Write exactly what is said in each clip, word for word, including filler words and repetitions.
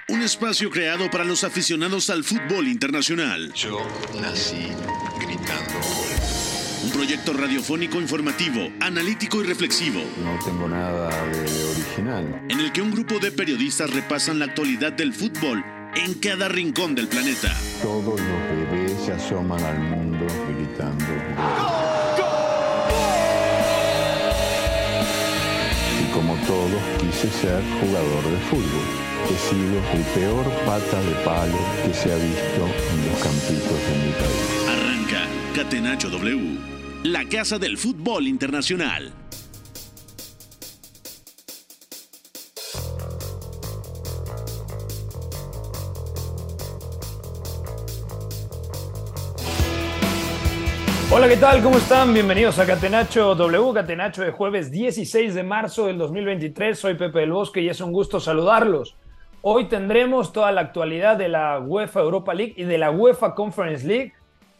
Un espacio creado para los aficionados al fútbol internacional. Yo nací gritando gol. Un proyecto radiofónico informativo, analítico y reflexivo. No tengo nada de original. En el que un grupo de periodistas repasan la actualidad del fútbol en cada rincón del planeta. Todos los bebés se asoman al mundo gritando gol. Y como todos, quise ser jugador de fútbol. He sido el peor pata de palo que se ha visto en los campitos de mi país. Arranca Catenacho W, la casa del fútbol internacional. Hola, ¿qué tal? ¿Cómo están? Bienvenidos a Catenacho W, Catenacho de jueves dieciséis de marzo del dos mil veintitrés. Soy Pepe del Bosque y es un gusto saludarlos. Hoy tendremos toda la actualidad de la UEFA Europa League y de la UEFA Conference League.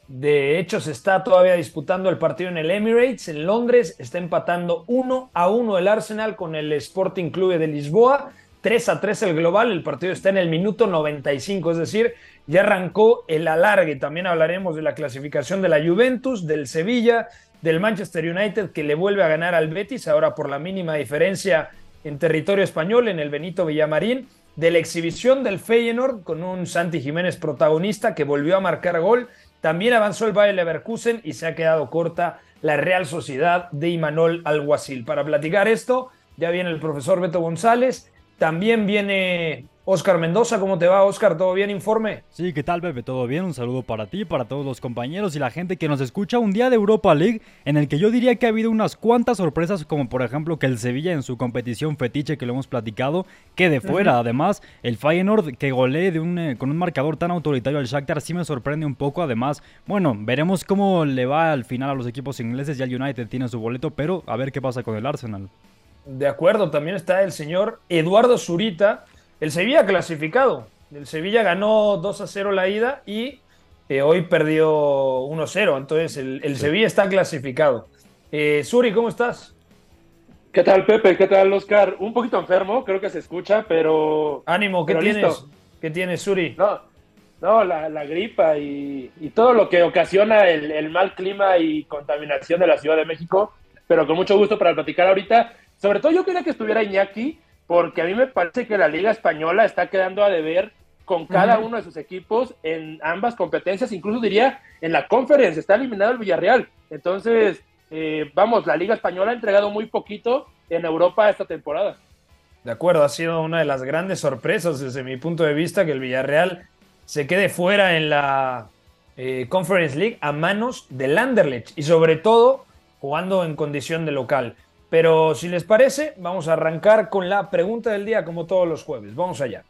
De hecho, se está todavía disputando el partido en el Emirates, en Londres. Está empatando uno a uno el Arsenal con el Sporting Clube de Lisboa. tres a tres el global. El partido está en el minuto noventa y cinco, es decir, ya arrancó el alargue. También hablaremos de la clasificación de la Juventus, del Sevilla, del Manchester United, que le vuelve a ganar al Betis, ahora por la mínima diferencia en territorio español, en el Benito Villamarín. De la exhibición del Feyenoord, con un Santi Jiménez protagonista que volvió a marcar gol. También avanzó el Bayer Leverkusen y se ha quedado corta la Real Sociedad de Imanol Alguacil. Para platicar esto, ya viene el profesor Beto González, también viene Óscar Mendoza. ¿Cómo te va, Óscar? ¿Todo bien? Informe. Sí, ¿qué tal, Pepe? ¿Todo bien? Un saludo para ti, para todos los compañeros y la gente que nos escucha. Un día de Europa League en el que yo diría que ha habido unas cuantas sorpresas, como por ejemplo que el Sevilla en su competición fetiche, que lo hemos platicado, quede fuera. Uh-huh. Además, el Feyenoord que golee de un, eh, con un marcador tan autoritario al Shakhtar sí me sorprende un poco. Además, bueno, veremos cómo le va al final a los equipos ingleses. Ya el United tiene su boleto, pero a ver qué pasa con el Arsenal. De acuerdo, también está el señor Eduardo Zurita. El Sevilla clasificado. El Sevilla ganó dos a cero la ida y eh, hoy perdió uno a cero. Entonces el, el Sevilla está clasificado. Eh, Zuri, ¿cómo estás? ¿Qué tal, Pepe? ¿Qué tal, Oscar? Un poquito enfermo, creo que se escucha, pero... Ánimo, ¿qué pero tienes? Listo. ¿Qué tienes, Zuri? No, no la, la gripa y, y todo lo que ocasiona el, el mal clima y contaminación de la Ciudad de México, pero con mucho gusto para platicar ahorita. Sobre todo yo quería que estuviera Iñaki, porque a mí me parece que la Liga Española está quedando a deber con cada uh-huh. uno de sus equipos en ambas competencias, incluso diría en la Conference, está eliminado el Villarreal. Entonces, eh, vamos, la Liga Española ha entregado muy poquito en Europa esta temporada. De acuerdo, ha sido una de las grandes sorpresas desde mi punto de vista que el Villarreal se quede fuera en la eh, Conference League a manos del Anderlecht y sobre todo jugando en condición de local. Pero si les parece, vamos a arrancar con la pregunta del día como todos los jueves. Vamos allá.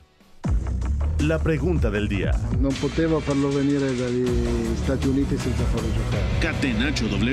La pregunta del día. Non potevo farlo venire dagli Stati Uniti senza farlo giocare. Catenacho W.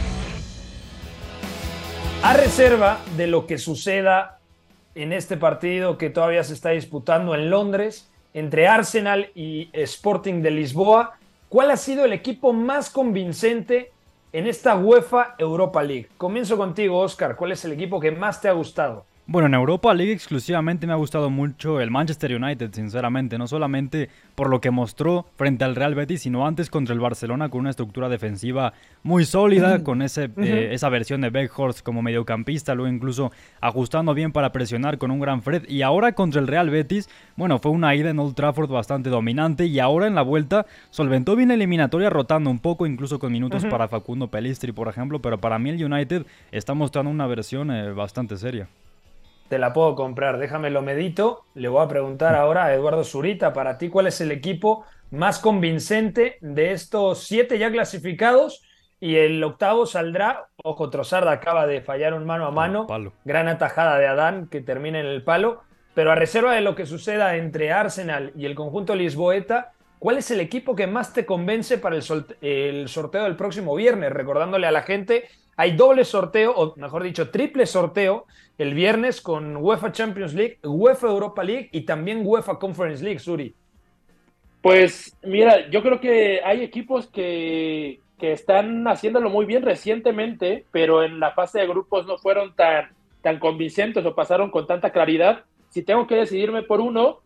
A reserva de lo que suceda en este partido que todavía se está disputando en Londres entre Arsenal y Sporting de Lisboa, ¿cuál ha sido el equipo más convincente en esta UEFA Europa League? Comienzo contigo, Óscar. ¿Cuál es el equipo que más te ha gustado? Bueno, en Europa League exclusivamente me ha gustado mucho el Manchester United, sinceramente. No solamente por lo que mostró frente al Real Betis, sino antes contra el Barcelona con una estructura defensiva muy sólida, uh-huh. con ese, uh-huh. eh, esa versión de Weghorst como mediocampista, luego incluso ajustando bien para presionar con un gran Fred. Y ahora contra el Real Betis, bueno, fue una ida en Old Trafford bastante dominante y ahora en la vuelta solventó bien la eliminatoria rotando un poco, incluso con minutos uh-huh. para Facundo Pellistri, por ejemplo. Pero para mí el United está mostrando una versión eh, bastante seria. Te la puedo comprar, déjame lo medito. Le voy a preguntar ahora a Eduardo Zurita, para ti, ¿cuál es el equipo más convincente de estos siete ya clasificados? Y el octavo saldrá, ojo, Trossard acaba de fallar un mano a mano, gran atajada de Adán que termina en el palo, pero a reserva de lo que suceda entre Arsenal y el conjunto lisboeta, ¿cuál es el equipo que más te convence para el, sol- el sorteo del próximo viernes? Recordándole a la gente, hay doble sorteo, o mejor dicho, triple sorteo el viernes con UEFA Champions League, UEFA Europa League y también UEFA Conference League, Zuri. Pues mira, yo creo que hay equipos que, que están haciéndolo muy bien recientemente, pero en la fase de grupos no fueron tan, tan convincentes o pasaron con tanta claridad. Si tengo que decidirme por uno,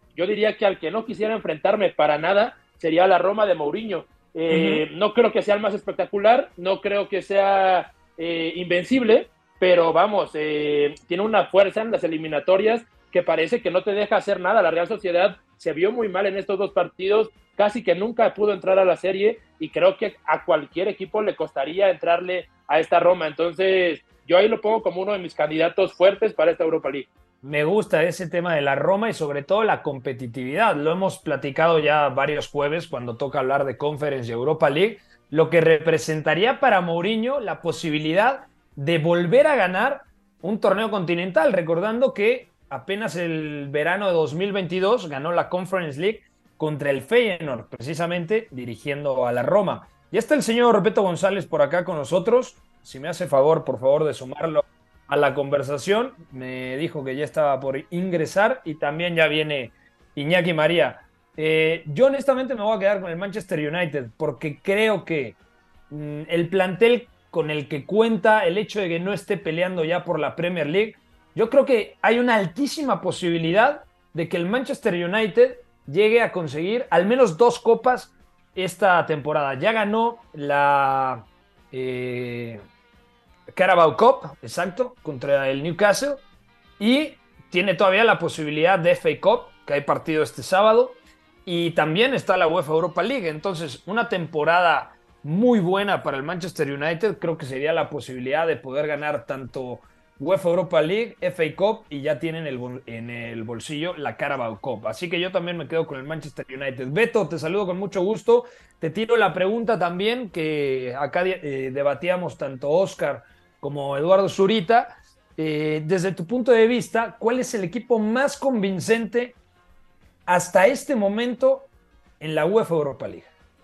yo diría que al que no quisiera enfrentarme para nada sería la Roma de Mourinho. Eh, uh-huh. No creo que sea el más espectacular, no creo que sea eh, invencible, pero vamos, eh, tiene una fuerza en las eliminatorias que parece que no te deja hacer nada. La Real Sociedad se vio muy mal en estos dos partidos, casi que nunca pudo entrar a la serie, y creo que a cualquier equipo le costaría entrarle a esta Roma. Entonces yo ahí lo pongo como uno de mis candidatos fuertes para esta Europa League. Me gusta ese tema de la Roma y sobre todo la competitividad. Lo hemos platicado ya varios jueves cuando toca hablar de Conference y Europa League, lo que representaría para Mourinho la posibilidad de volver a ganar un torneo continental, recordando que apenas el verano de dos mil veintidós ganó la Conference League contra el Feyenoord, precisamente dirigiendo a la Roma. Ya está el señor Beto González por acá con nosotros. Si me hace favor, por favor, de sumarlo a la conversación. Me dijo que ya estaba por ingresar y también ya viene Iñaki María. Eh, yo honestamente me voy a quedar con el Manchester United porque creo que mmm, el plantel con el que cuenta, el hecho de que no esté peleando ya por la Premier League, yo creo que hay una altísima posibilidad de que el Manchester United llegue a conseguir al menos dos copas esta temporada. Ya ganó la eh, Carabao Cup, exacto, contra el Newcastle, y tiene todavía la posibilidad de F A Cup, que hay partido este sábado, y también está la UEFA Europa League. Entonces, una temporada muy buena para el Manchester United. Creo que sería la posibilidad de poder ganar tanto UEFA Europa League, F A Cup, y ya tienen el bol- en el bolsillo la Carabao Cup. Así que yo también me quedo con el Manchester United. Beto, te saludo con mucho gusto. Te tiro la pregunta también que acá eh, debatíamos tanto Oscar como Eduardo Zurita. Eh, desde tu punto de vista, ¿cuál es el equipo más convincente hasta este momento en la UEFA Europa League?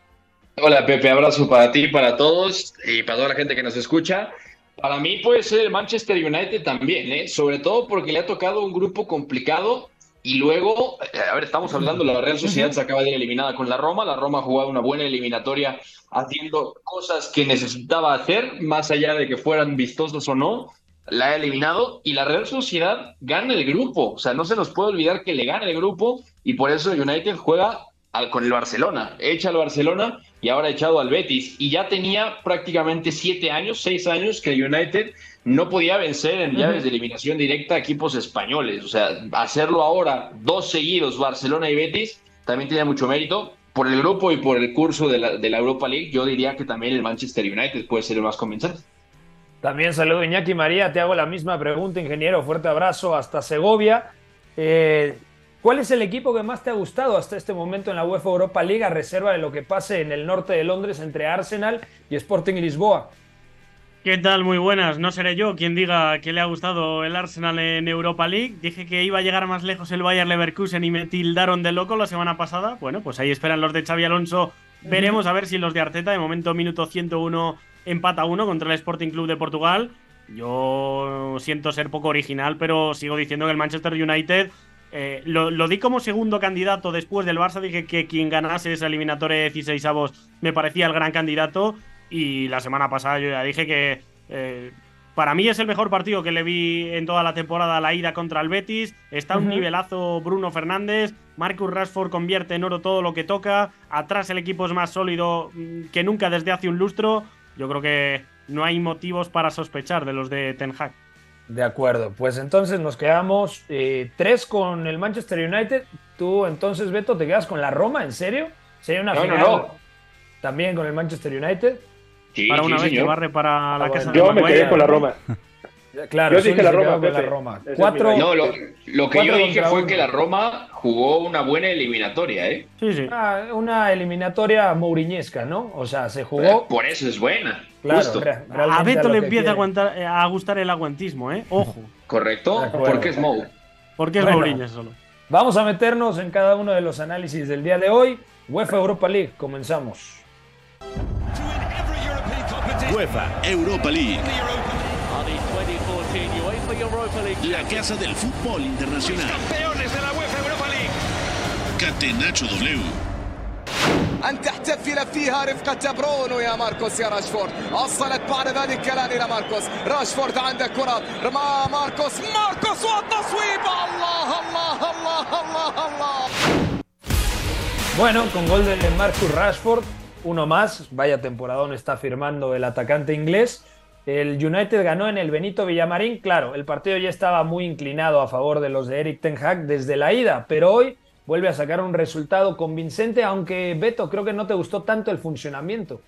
Hola Pepe, abrazo para ti, para todos y para toda la gente que nos escucha. Para mí puede ser el Manchester United también, ¿eh? Sobre todo porque le ha tocado un grupo complicado y luego, a ver, estamos hablando, la Real Sociedad se acaba de ir eliminada con la Roma, la Roma ha jugado una buena eliminatoria haciendo cosas que necesitaba hacer, más allá de que fueran vistosas o no, la ha eliminado y la Real Sociedad gana el grupo, o sea, no se nos puede olvidar que le gana el grupo y por eso United juega al, con el Barcelona, echa al Barcelona y ahora ha echado al Betis, y ya tenía prácticamente siete años, seis años que United no podía vencer en llaves de eliminación directa a equipos españoles. O sea, hacerlo ahora, dos seguidos, Barcelona y Betis, también tiene mucho mérito. Por el grupo y por el curso de la, de la Europa League, yo diría que también el Manchester United puede ser el más convincente. También saludo Iñaki María, te hago la misma pregunta, ingeniero, fuerte abrazo hasta Segovia. Eh, ¿Cuál es el equipo que más te ha gustado hasta este momento en la UEFA Europa League, a reserva de lo que pase en el norte de Londres entre Arsenal y Sporting Lisboa? ¿Qué tal? Muy buenas. No seré yo quien diga que le ha gustado el Arsenal en Europa League. Dije que iba a llegar más lejos el Bayer Leverkusen y me tildaron de loco la semana pasada. Bueno, pues ahí esperan los de Xabi Alonso. Veremos a ver si los de Arteta, de momento minuto ciento uno, empata uno contra el Sporting Club de Portugal. Yo siento ser poco original, pero sigo diciendo que el Manchester United... Eh, lo, lo di como segundo candidato después del Barça. Dije que quien ganase esa eliminatoria de dieciseisavos me parecía el gran candidato, y la semana pasada yo ya dije que eh, para mí es el mejor partido que le vi en toda la temporada, la ida contra el Betis. Está a un uh-huh. nivelazo Bruno Fernández, Marcus Rashford convierte en oro todo lo que toca, atrás el equipo es más sólido que nunca desde hace un lustro. Yo creo que no hay motivos para sospechar de los de Ten Hag. De acuerdo, pues entonces nos quedamos eh, tres con el Manchester United. Tú entonces, Beto, te quedas con la Roma, ¿en serio? ¿Sería una no, final no, no. también con el Manchester United? Sí, para una sí, vez señor. Que barre para ah, la bueno. casa Yo de me quedé con la Roma. Claro, yo dije la Roma, con la Roma. Cuatro, no, lo, lo que yo dije fue uno. que la Roma jugó una buena eliminatoria, ¿eh? Sí, sí. Una, una eliminatoria mouriñesca, ¿no? O sea, se jugó... Pero por eso es buena. Claro, justo. A Beto le empieza a, aguantar, a gustar el aguantismo, ¿eh? Ojo. ¿Correcto? Porque es Mou. Porque es bueno, Mourinho solo. Vamos a meternos en cada uno de los análisis del día de hoy. UEFA Europa League, comenzamos. UEFA Europa League. La casa del fútbol internacional. Campeones de la UEFA Europa League. Catenaccio W. أن تحتفل فيها رفقة برونو يا ماركوس يا راشفورد. أصلت بعد ذلك كلام إلى ماركوس. راشفورد عنده كرة رمى ماركوس ماركوس والتصويب. الله الله الله الله الله Bueno, con gol de Marcus Rashford, uno más, vaya temporadón está firmando el atacante inglés. El United ganó en el Benito Villamarín, claro, el partido ya estaba muy inclinado a favor de los de Erik ten Hag desde la ida, pero hoy vuelve a sacar un resultado convincente, aunque Beto, creo que no te gustó tanto el funcionamiento.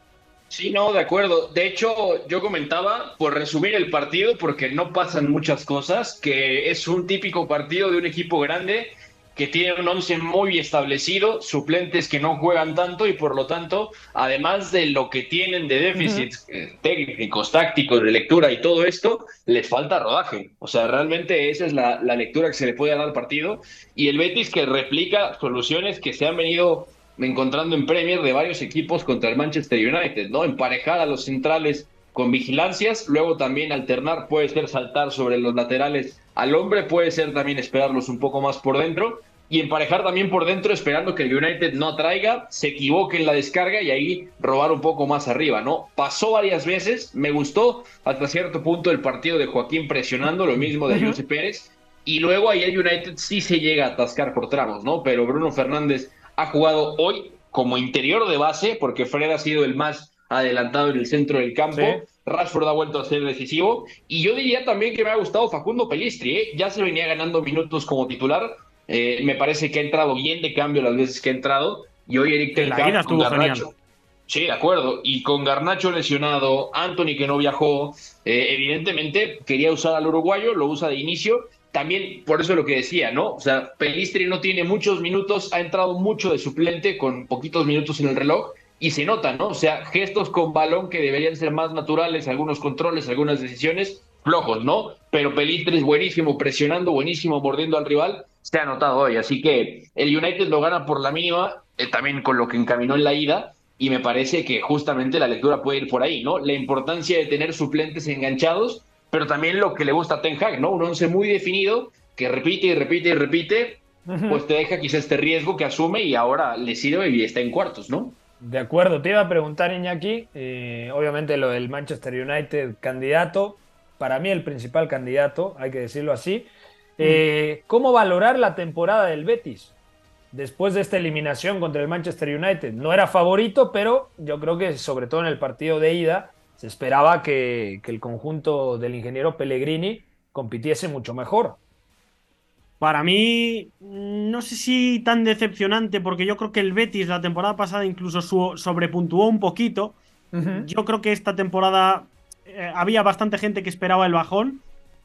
Sí, no, de acuerdo. De hecho, yo comentaba, por resumir el partido, porque no pasan muchas cosas, que es un típico partido de un equipo grande que tiene un once muy establecido, suplentes que no juegan tanto y por lo tanto, además de lo que tienen de déficits uh-huh. eh, técnicos, tácticos, de lectura y todo esto, les falta rodaje. O sea, realmente esa es la, la lectura que se le puede dar al partido. Y el Betis que replica soluciones que se han venido encontrando en Premier de varios equipos contra el Manchester United, ¿no? Emparejar a los centrales con vigilancias, luego también alternar, puede ser saltar sobre los laterales al hombre, puede ser también esperarlos un poco más por dentro, y emparejar también por dentro esperando que el United no atraiga, se equivoque en la descarga y ahí robar un poco más arriba, ¿no? Pasó varias veces, me gustó hasta cierto punto el partido de Joaquín presionando, lo mismo de José Pérez, y luego ahí el United sí se llega a atascar por tramos, ¿no? Pero Bruno Fernández ha jugado hoy como interior de base, porque Fred ha sido el más adelantado en el centro del campo. Sí. Rashford ha vuelto a ser decisivo. Y yo diría también que me ha gustado Facundo Pellistri, ¿eh? Ya se venía ganando minutos como titular. Eh, me parece que ha entrado bien de cambio las veces que ha entrado. Y hoy Erik ten Hag con Garnacho. Sí, de acuerdo. Y con Garnacho lesionado, Anthony que no viajó, eh, evidentemente quería usar al uruguayo, lo usa de inicio. También por eso lo que decía, ¿no? O sea, Pellistri no tiene muchos minutos, ha entrado mucho de suplente con poquitos minutos en el reloj y se nota, ¿no? O sea, gestos con balón que deberían ser más naturales, algunos controles, algunas decisiones flojos, ¿no? Pero Pellistri es buenísimo presionando, buenísimo mordiendo al rival, se ha notado hoy. Así que el United lo gana por la mínima, eh, también con lo que encaminó en la ida, y me parece que justamente la lectura puede ir por ahí, ¿no? La importancia de tener suplentes enganchados, pero también lo que le gusta a Ten Hag, ¿no? Un once muy definido, que repite y repite y repite, uh-huh. pues te deja quizás este riesgo que asume y ahora le sirve y está en cuartos, ¿no? De acuerdo, te iba a preguntar, Iñaki, eh, obviamente lo del Manchester United candidato, para mí el principal candidato, hay que decirlo así. Eh, ¿Cómo valorar la temporada del Betis después de esta eliminación contra el Manchester United? No era favorito, pero yo creo que sobre todo en el partido de ida se esperaba que, que el conjunto del ingeniero Pellegrini compitiese mucho mejor. Para mí, no sé si tan decepcionante, porque yo creo que el Betis la temporada pasada incluso su, sobrepuntuó un poquito. Uh-huh. Yo creo que esta temporada eh, había bastante gente que esperaba el bajón,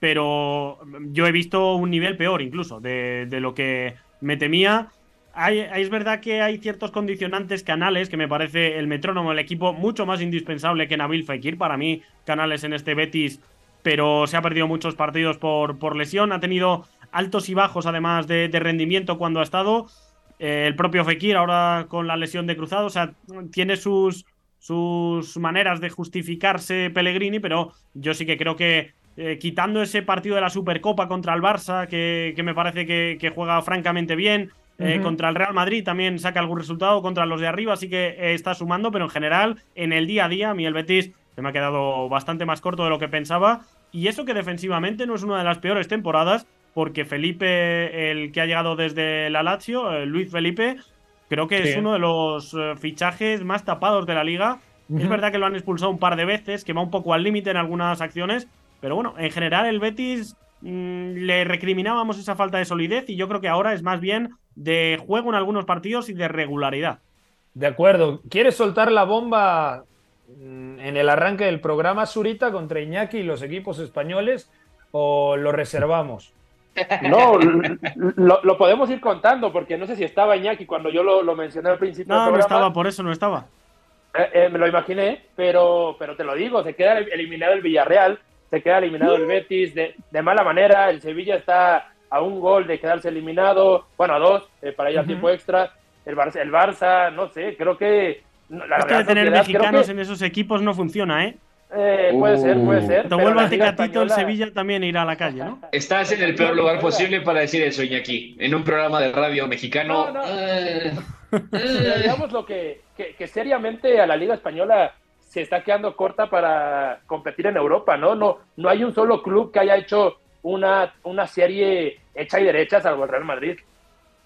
pero yo he visto un nivel peor incluso de, de lo que me temía. Hay, es verdad que hay ciertos condicionantes. Canales, que me parece el metrónomo del equipo, mucho más indispensable que Nabil Fekir. Para mí, Canales en este Betis, pero se ha perdido muchos partidos por, por lesión. Ha tenido altos y bajos, además de, de rendimiento cuando ha estado. Eh, el propio Fekir, ahora con la lesión de cruzado, o sea, tiene sus, sus maneras de justificarse Pellegrini, pero yo sí que creo que eh, quitando ese partido de la Supercopa contra el Barça, que, que me parece que, que juega francamente bien, Eh, uh-huh. contra el Real Madrid también saca algún resultado, contra los de arriba sí que eh, está sumando, pero en general, en el día a día, a mí el Betis se me ha quedado bastante más corto de lo que pensaba, y eso que defensivamente no es una de las peores temporadas, porque Felipe, el que ha llegado desde la Lazio, eh, Luis Felipe, creo que sí. es uno de los eh, fichajes más tapados de la liga. Uh-huh. Es verdad que lo han expulsado un par de veces, que va un poco al límite en algunas acciones, pero bueno, en general el Betis mmm, le recriminábamos esa falta de solidez, y yo creo que ahora es más bien de juego en algunos partidos y de regularidad. De acuerdo. ¿Quieres soltar la bomba en el arranque del programa, Zurita, contra Iñaki y los equipos españoles, o lo reservamos? No, lo, lo podemos ir contando, porque no sé si estaba Iñaki cuando yo lo, lo mencioné al principio. No, no estaba, por eso no estaba. Eh, eh, me lo imaginé, pero, pero te lo digo, se queda eliminado el Villarreal, se queda eliminado el Betis de, de mala manera, el Sevilla está a un gol de quedarse eliminado, bueno, a dos, eh, para ir al uh-huh. tiempo extra, el Barça, el Barça, no sé, creo que... La Esto de tener mexicanos que, en esos equipos no funciona, ¿eh? eh puede uh, ser, puede ser. Te vuelva el Tecatito, española... el Sevilla también irá a la calle, ¿no? Estás en el peor lugar posible para decir eso, Iñaki, en un programa de radio mexicano. No, no. Eh, eh. Digamos lo que, que, que seriamente a la Liga Española se está quedando corta para competir en Europa, ¿no? No, no hay un solo club que haya hecho una, una serie hecha y derecha, salvo el Real Madrid.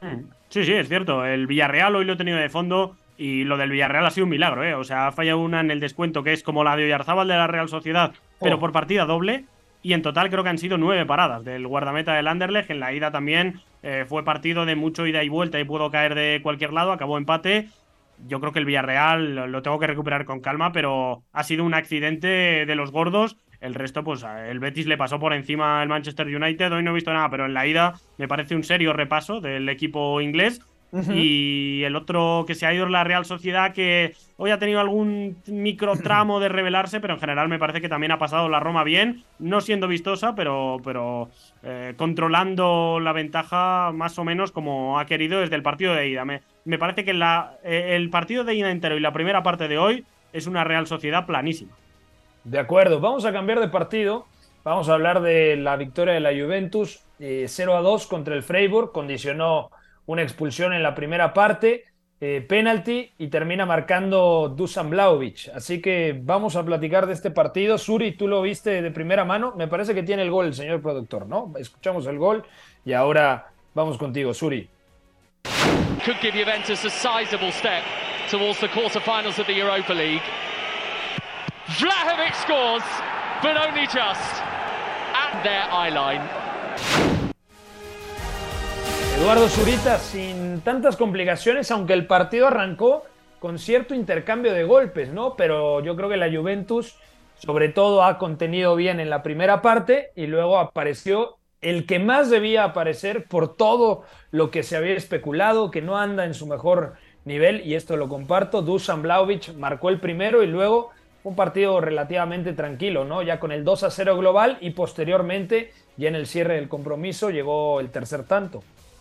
Sí, sí, es cierto. El Villarreal hoy lo he tenido de fondo y lo del Villarreal ha sido un milagro, ¿eh? O sea, ha fallado una en el descuento que es como la de Oyarzábal de la Real Sociedad, pero Oh. por partida doble. Y en total creo que han sido nueve paradas del guardameta del Anderlecht. En la ida también eh, fue partido de mucho ida y vuelta y pudo caer de cualquier lado. Acabó empate. Yo creo que el Villarreal lo, lo tengo que recuperar con calma, pero ha sido un accidente de los gordos. El resto, pues el Betis le pasó por encima al Manchester United. Hoy no he visto nada, pero en la ida me parece un serio repaso del equipo inglés. Uh-huh. Y el otro que se ha ido es la Real Sociedad, que hoy ha tenido algún micro tramo de revelarse, pero en general me parece que también ha pasado la Roma bien, no siendo vistosa, pero, pero eh, controlando la ventaja más o menos como ha querido desde el partido de ida. Me, me parece que la, eh, el partido de ida entero y la primera parte de hoy es una Real Sociedad planísima. De acuerdo, vamos a cambiar de partido. Vamos a hablar de la victoria de la Juventus, eh, cero a dos contra el Freiburg. Condicionó una expulsión en la primera parte, eh, penalti, y termina marcando Dusan Vlahovic. Así que vamos a platicar de este partido. Suri, tú lo viste de primera mano. Me parece que tiene el gol el señor productor, ¿no? Escuchamos el gol y ahora vamos contigo, Suri. Could give Juventus a sizable step towards the quarterfinals of the Europa League. Vlahovic scores, but only just at their eye line. Eduardo Zurita, sin tantas complicaciones, aunque el partido arrancó con cierto intercambio de golpes, ¿no? Pero yo creo que la Juventus, sobre todo, ha contenido bien en la primera parte y luego apareció el que más debía aparecer por todo lo que se había especulado, que no anda en su mejor nivel, y esto lo comparto. Dusan Vlahovic marcó el primero y luego un partido relativamente tranquilo, ¿no? Ya con el dos a cero global y posteriormente, ya en el cierre del compromiso, llegó el tercer tanto.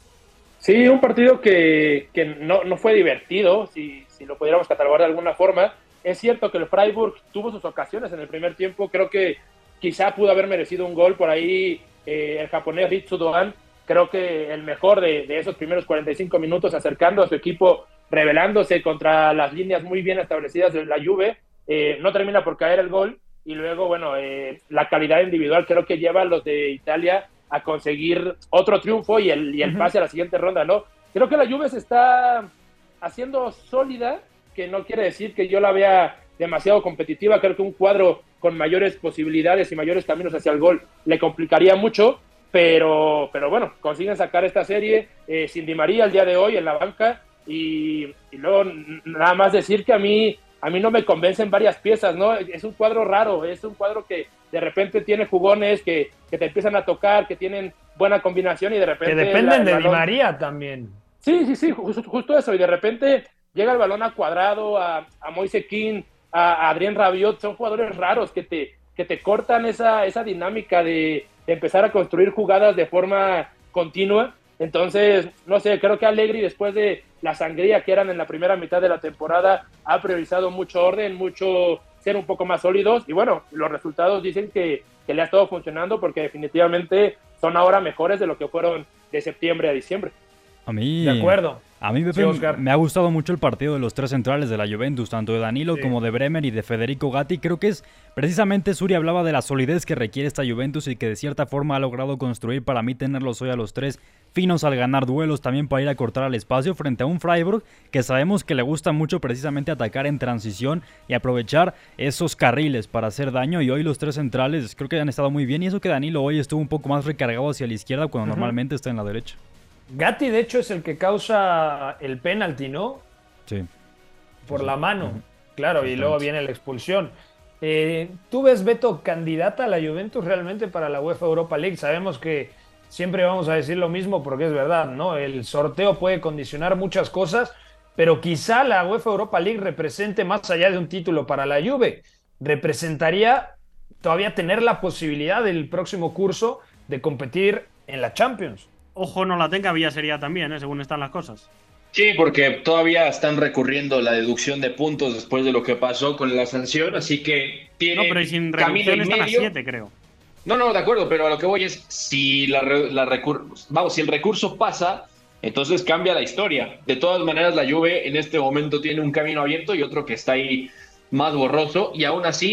Sí, un partido que, que no, no fue divertido, si, si lo pudiéramos catalogar de alguna forma. Es cierto que el Freiburg tuvo sus ocasiones en el primer tiempo. Creo que quizá pudo haber merecido un gol por ahí eh, el japonés Ritsu Doan. Creo que el mejor de, de esos primeros cuarenta y cinco minutos, acercando a su equipo, rebelándose contra las líneas muy bien establecidas de la Juve. Eh, no termina por caer el gol. Y luego, bueno, eh, la calidad individual creo que lleva a los de Italia a conseguir otro triunfo y el, y el pase a la siguiente ronda, ¿no? Creo que la Juve se está haciendo sólida, que no quiere decir que yo la vea demasiado competitiva. Creo que un cuadro con mayores posibilidades y mayores caminos hacia el gol le complicaría mucho, pero, pero bueno, consiguen sacar esta serie eh, sin Di María el día de hoy en la banca, y, y luego nada más decir que a mí a mí no me convencen varias piezas, ¿no? Es un cuadro raro, es un cuadro que de repente tiene jugones que, que te empiezan a tocar, que tienen buena combinación y de repente... Que dependen la, de Di María también. Sí, sí, sí, justo, justo eso, y de repente llega el balón a Cuadrado, a, a Moise Kean, a, a Adrien Rabiot. Son jugadores raros que te, que te cortan esa, esa dinámica de, de empezar a construir jugadas de forma continua. Entonces, no sé, creo que Allegri, después de la sangría que eran en la primera mitad de la temporada, ha priorizado mucho orden, mucho ser un poco más sólidos, y bueno, los resultados dicen que, que le ha estado funcionando, porque definitivamente son ahora mejores de lo que fueron de septiembre a diciembre. A mí, de acuerdo. A mí, Pepe, sí, me ha gustado mucho el partido de los tres centrales de la Juventus, tanto de Danilo sí. como de Bremer y de Federico Gatti. Creo que es precisamente, Suri hablaba de la solidez que requiere esta Juventus y que de cierta forma ha logrado construir. Para mí, tenerlos hoy a los tres finos al ganar duelos, también para ir a cortar al espacio frente a un Freiburg que sabemos que le gusta mucho precisamente atacar en transición y aprovechar esos carriles para hacer daño. Y hoy los tres centrales creo que han estado muy bien, y eso que Danilo hoy estuvo un poco más recargado hacia la izquierda cuando uh-huh. normalmente está en la derecha. Gatti, de hecho, es el que causa el penalti, ¿no? Sí. Por sí. la mano, uh-huh. claro, y luego viene la expulsión. Eh, ¿Tú ves, Beto, candidata a la Juventus realmente para la UEFA Europa League? Sabemos que siempre vamos a decir lo mismo porque es verdad, ¿no? El sorteo puede condicionar muchas cosas, pero quizá la UEFA Europa League represente, más allá de un título para la Juve, representaría todavía tener la posibilidad del próximo curso de competir en la Champions. Ojo, no la tenga, Villa sería también, ¿eh? Según están las cosas. Sí, porque todavía están recurriendo la deducción de puntos después de lo que pasó con la sanción, así que tiene No, pero y sin reducción están a siete, creo. No, no, de acuerdo, pero a lo que voy es, si la, la recur... vamos, si el recurso pasa, entonces cambia la historia. De todas maneras, la Juve en este momento tiene un camino abierto y otro que está ahí más borroso, y aún así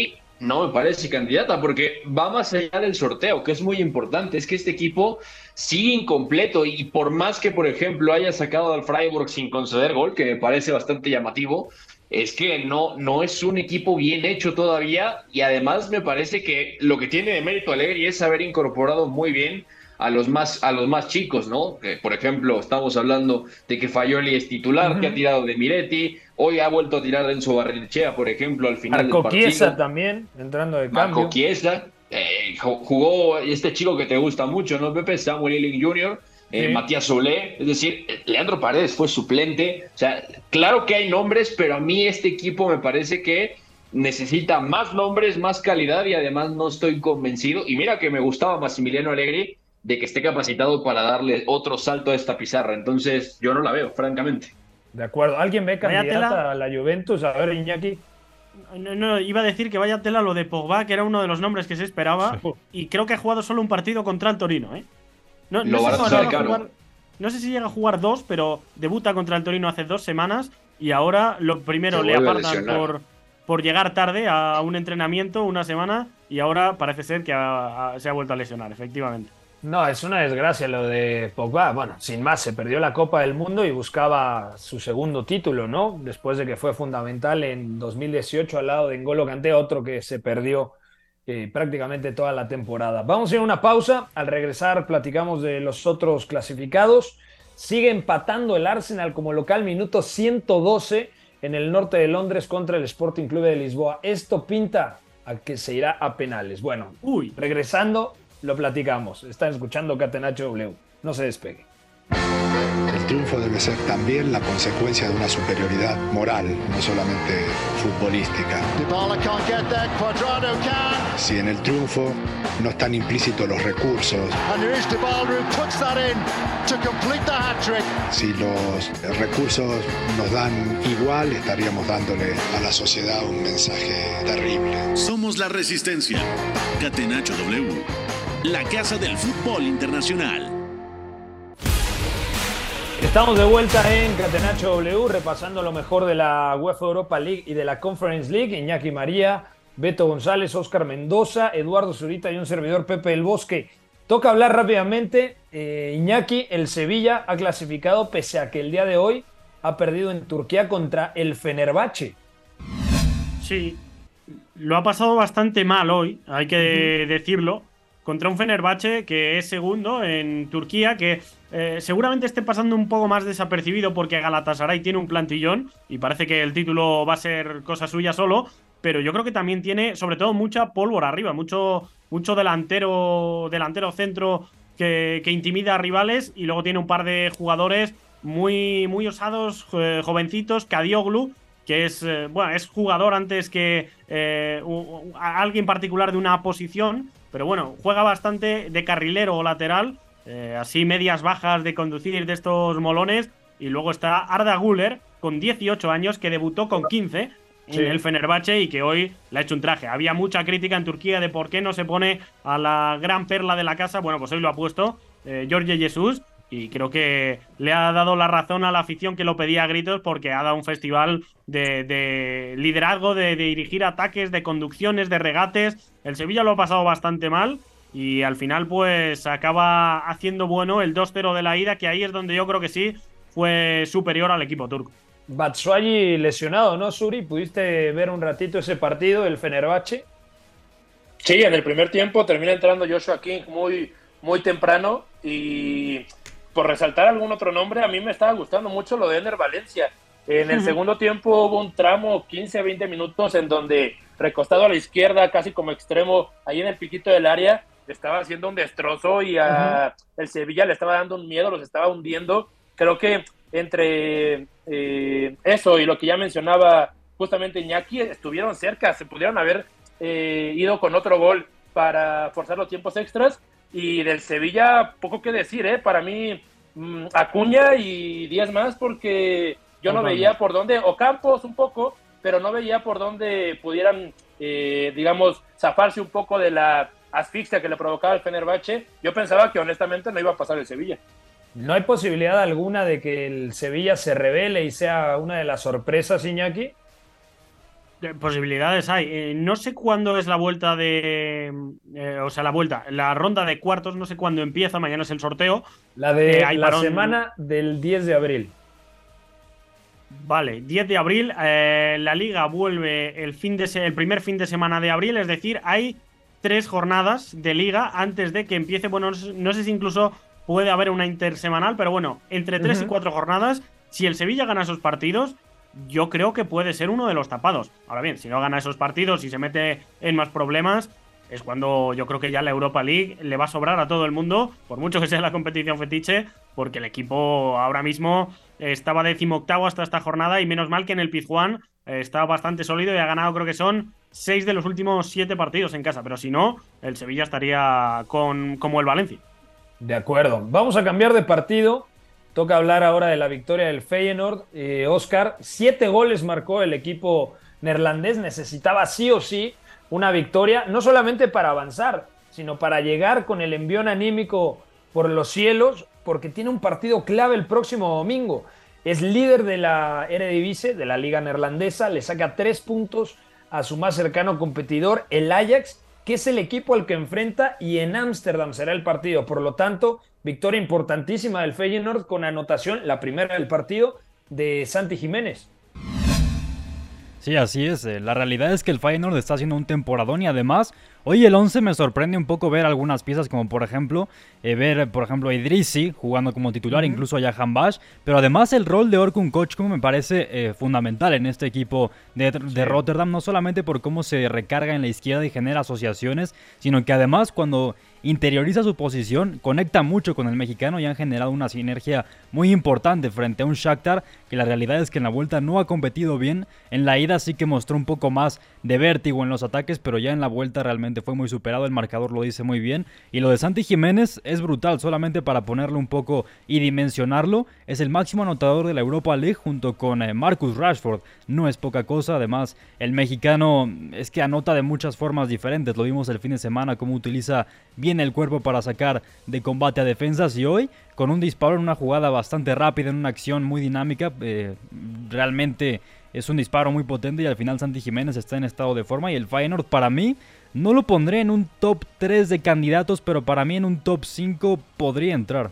no me parece candidata porque va más allá del sorteo, que es muy importante. Es que este equipo sigue incompleto y por más que, por ejemplo, haya sacado al Freiburg sin conceder gol, que me parece bastante llamativo, es que no, no es un equipo bien hecho todavía y además me parece que lo que tiene de mérito Allegri es haber incorporado muy bien a los más, a los más chicos, ¿no? Que, por ejemplo, estamos hablando de que Fayoli es titular, uh-huh. que ha tirado de Miretti, hoy ha vuelto a tirar de Enzo Barrenechea, por ejemplo, al final Marco del partido. Chiesa también, entrando de Marco cambio. Chiesa, eh, jugó este chico que te gusta mucho, ¿no, Pepe? Samuel Ealing junior, eh, sí. Matías Solé, es decir, Leandro Paredes fue suplente. O sea, claro que hay nombres, pero a mí este equipo me parece que necesita más nombres, más calidad y además no estoy convencido. Y mira que me gustaba Massimiliano Allegri, de que esté capacitado para darle otro salto a esta pizarra. Entonces, yo no la veo, francamente. De acuerdo. ¿Alguien ve candidata a la Juventus? A ver, Iñaki. No, no, iba a decir que vaya tela lo de Pogba, que era uno de los nombres que se esperaba, sí. Y creo que ha jugado solo un partido contra el Torino, ¿eh? No, no, sé, si llega a jugar, no sé si llega a jugar dos, pero debuta contra el Torino hace dos semanas y ahora lo primero se le apartan por, por llegar tarde a un entrenamiento una semana y ahora parece ser que ha, ha, se ha vuelto a lesionar, efectivamente. No, es una desgracia lo de Pogba. Bueno, sin más, se perdió la Copa del Mundo y buscaba su segundo título, ¿no? Después de que fue fundamental en dos mil dieciocho al lado de N'Golo Kanté, otro que se perdió eh, prácticamente toda la temporada. Vamos a ir a una pausa. Al regresar platicamos de los otros clasificados. Sigue empatando el Arsenal como local, minuto ciento doce en el norte de Londres contra el Sporting Club de Lisboa. Esto pinta a que se irá a penales. Bueno, uy, regresando... lo platicamos. Están escuchando Catenacho W. No se despegue. El triunfo debe ser también la consecuencia de una superioridad moral, no solamente futbolística. Si en el triunfo no están implícitos los recursos, si los recursos nos dan igual, estaríamos dándole a la sociedad un mensaje terrible. Somos la Resistencia. Catenacho W, la casa del fútbol internacional. Estamos de vuelta en Catenacho W, repasando lo mejor de la UEFA Europa League y de la Conference League. Iñaki María, Beto González, Óscar Mendoza, Eduardo Zurita y un servidor, Pepe del Bosque. Toca hablar rápidamente. Eh, Iñaki, el Sevilla ha clasificado pese a que el día de hoy ha perdido en Turquía contra el Fenerbahce. Sí, lo ha pasado bastante mal hoy, hay que uh-huh. decirlo. Contra un Fenerbahce que es segundo en Turquía, que eh, seguramente esté pasando un poco más desapercibido porque Galatasaray tiene un plantillón y parece que el título va a ser cosa suya solo, pero yo creo que también tiene sobre todo mucha pólvora arriba, mucho, mucho delantero, delantero centro que, que intimida a rivales y luego tiene un par de jugadores muy, muy osados, eh, jovencitos, Kadioglu, que es, eh, bueno, es jugador antes que eh, u, a alguien particular de una posición, pero bueno, juega bastante de carrilero o lateral, eh, así medias bajas de conducir de estos molones. Y luego está Arda Güler, con dieciocho años, que debutó con quince en sí. el Fenerbahce y que hoy le ha hecho un traje. Había mucha crítica en Turquía de por qué no se pone a la gran perla de la casa. Bueno, pues hoy lo ha puesto eh, Jorge Jesus. Y creo que le ha dado la razón a la afición que lo pedía a gritos porque ha dado un festival de, de liderazgo, de, de dirigir ataques, de conducciones, de regates. El Sevilla lo ha pasado bastante mal y al final pues acaba haciendo bueno el dos cero de la ida, que ahí es donde yo creo que sí fue superior al equipo turco. Batshuayi lesionado, ¿no, Suri? ¿Pudiste ver un ratito ese partido del Fenerbahce? Sí, en el primer tiempo termina entrando Joshua King muy, muy temprano y... por resaltar algún otro nombre, a mí me estaba gustando mucho lo de Ener Valencia. En el uh-huh. segundo tiempo hubo un tramo, quince a veinte minutos, en donde recostado a la izquierda, casi como extremo, ahí en el piquito del área, estaba haciendo un destrozo y a uh-huh. el Sevilla le estaba dando un miedo, los estaba hundiendo. Creo que entre eh, eso y lo que ya mencionaba justamente Iñaki, estuvieron cerca, se pudieron haber eh, ido con otro gol para forzar los tiempos extras. Y del Sevilla, poco que decir, ¿eh? Para mí, mmm, Acuña y diez más, porque yo no Ocampos. veía por dónde, Ocampos un poco, pero no veía por dónde pudieran, eh, digamos, zafarse un poco de la asfixia que le provocaba el Fenerbahce. Yo pensaba que honestamente no iba a pasar el Sevilla. ¿No hay posibilidad alguna de que el Sevilla se revele y sea una de las sorpresas, Iñaki? Posibilidades hay. Eh, no sé cuándo es la vuelta de... Eh, o sea, la vuelta, la ronda de cuartos, no sé cuándo empieza, mañana es el sorteo. La de eh, hay la parón... semana del diez de abril. Vale, diez de abril. Eh, la liga vuelve el, fin de se... el primer fin de semana de abril, es decir, hay tres jornadas de liga antes de que empiece. Bueno, no sé si incluso puede haber una intersemanal, pero bueno, entre tres uh-huh. y cuatro jornadas, si el Sevilla gana esos partidos, yo creo que puede ser uno de los tapados. Ahora bien, si no gana esos partidos y se mete en más problemas, es cuando yo creo que ya la Europa League le va a sobrar a todo el mundo, por mucho que sea la competición fetiche, porque el equipo ahora mismo estaba decimoctavo hasta esta jornada y menos mal que en el Pizjuán está bastante sólido y ha ganado, creo que son seis de los últimos siete partidos en casa, pero si no, el Sevilla estaría con como el Valencia. De acuerdo, vamos a cambiar de partido. Toca hablar ahora de la victoria del Feyenoord. Eh, Oscar, siete goles marcó el equipo neerlandés. Necesitaba sí o sí una victoria, no solamente para avanzar, sino para llegar con el envión anímico por los cielos, porque tiene un partido clave el próximo domingo. Es líder de la Eredivisie, de la liga neerlandesa, le saca tres puntos a su más cercano competidor, el Ajax, que es el equipo al que enfrenta, y en Ámsterdam será el partido. Por lo tanto, victoria importantísima del Feyenoord con anotación, la primera del partido, de Santi Jiménez. Sí, así es. La realidad es que el Feyenoord está haciendo un temporadón y además, hoy el once me sorprende un poco ver algunas piezas como por ejemplo, eh, ver por ejemplo a Idrissi jugando como titular, uh-huh. incluso a Jahan Bash, pero además el rol de Orkun Kochko me parece eh, fundamental en este equipo de, de sí. Rotterdam, no solamente por cómo se recarga en la izquierda y genera asociaciones, sino que además cuando interioriza su posición, conecta mucho con el mexicano y han generado una sinergia muy importante frente a un Shakhtar que la realidad es que en la vuelta no ha competido bien. En la ida sí que mostró un poco más de vértigo en los ataques, pero ya en la vuelta realmente fue muy superado, el marcador lo dice muy bien. Y lo de Santi Jiménez es brutal, solamente para ponerlo un poco y dimensionarlo, es el máximo anotador de la Europa League junto con eh, Marcus Rashford. No es poca cosa, además el mexicano es que anota de muchas formas diferentes, lo vimos el fin de semana cómo utiliza bien el cuerpo para sacar de combate a defensas y hoy con un disparo en una jugada bastante rápida, en una acción muy dinámica, eh, realmente es un disparo muy potente y al final Santi Jiménez está en estado de forma y el Feyenoord para mí no lo pondré en un top tres de candidatos, pero para mí en un top cinco podría entrar.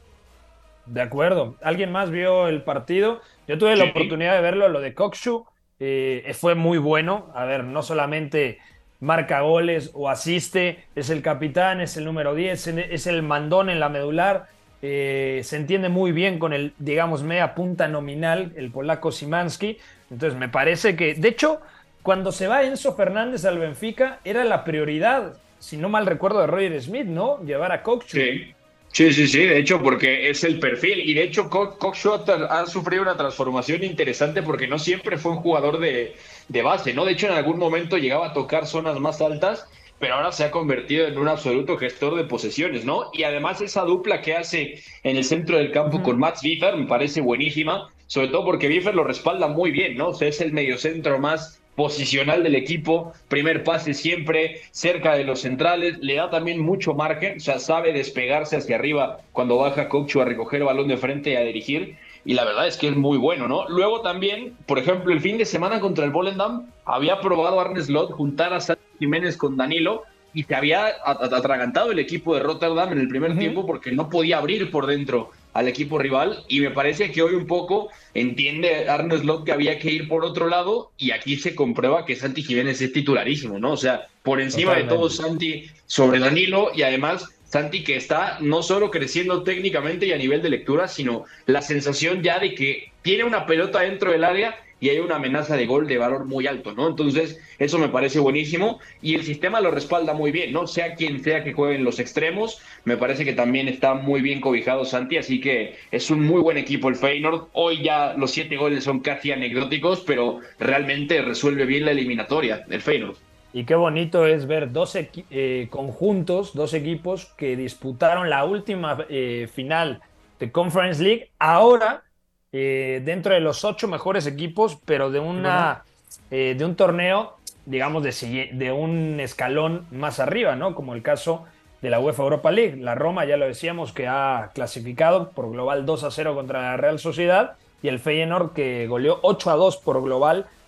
De acuerdo. ¿Alguien más vio el partido? Yo tuve la sí. oportunidad de verlo, lo de Kokshu, eh, fue muy bueno. A ver, no solamente marca goles o asiste, es el capitán, es el número diez, es el mandón en la medular, eh, se entiende muy bien con el, digamos, media punta nominal, el polaco Szymanski. Entonces me parece que, de hecho, cuando se va Enzo Fernández al Benfica, era la prioridad, si no mal recuerdo, de Roger Smith, ¿no? Llevar a Kokshu. Sí. Sí, sí, sí, de hecho, porque es el perfil. Y de hecho, Kokshu ha sufrido una transformación interesante porque no siempre fue un jugador de, de base, ¿no? De hecho, en algún momento llegaba a tocar zonas más altas, pero ahora se ha convertido en un absoluto gestor de posesiones, ¿no? Y además esa dupla que hace en el centro del campo uh-huh. con Mats Wiefer me parece buenísima, sobre todo porque Wiefer lo respalda muy bien, ¿no? O sea, es el mediocentro más posicional del equipo, primer pase siempre cerca de los centrales, le da también mucho margen, o sea, sabe despegarse hacia arriba cuando baja Kokshu a recoger el balón de frente y a dirigir, y la verdad es que es muy bueno, ¿no? Luego también, por ejemplo, el fin de semana contra el Volendam, había probado Arne Slot juntar a Santi Jiménez con Danilo, y se había atragantado el equipo de Rotterdam en el primer uh-huh. tiempo porque no podía abrir por dentro al equipo rival, y me parece que hoy un poco entiende Arne Slot que había que ir por otro lado, y aquí se comprueba que Santi Jiménez es titularísimo, ¿no? O sea, por encima Totalmente. de todo Santi sobre Danilo, y además Santi que está no solo creciendo técnicamente y a nivel de lectura, sino la sensación ya de que tiene una pelota dentro del área y hay una amenaza de gol de valor muy alto, ¿no? Entonces, eso me parece buenísimo y el sistema lo respalda muy bien, ¿no? Sea quien sea que juegue en los extremos, me parece que también está muy bien cobijado Santi, así que es un muy buen equipo el Feyenoord. Hoy ya los siete goles son casi anecdóticos, pero realmente resuelve bien la eliminatoria el Feyenoord. Y qué bonito es ver dos equi- eh, conjuntos, dos equipos que disputaron la última eh, final de Conference League, ahora eh, dentro de los ocho mejores equipos, pero de, una, eh, de un torneo, digamos, de, de un escalón más arriba, ¿no? Como el caso de la UEFA Europa League. La Roma, ya lo decíamos, que ha clasificado por global dos a cero contra la Real Sociedad, y el Feyenoord que goleó ocho a dos por global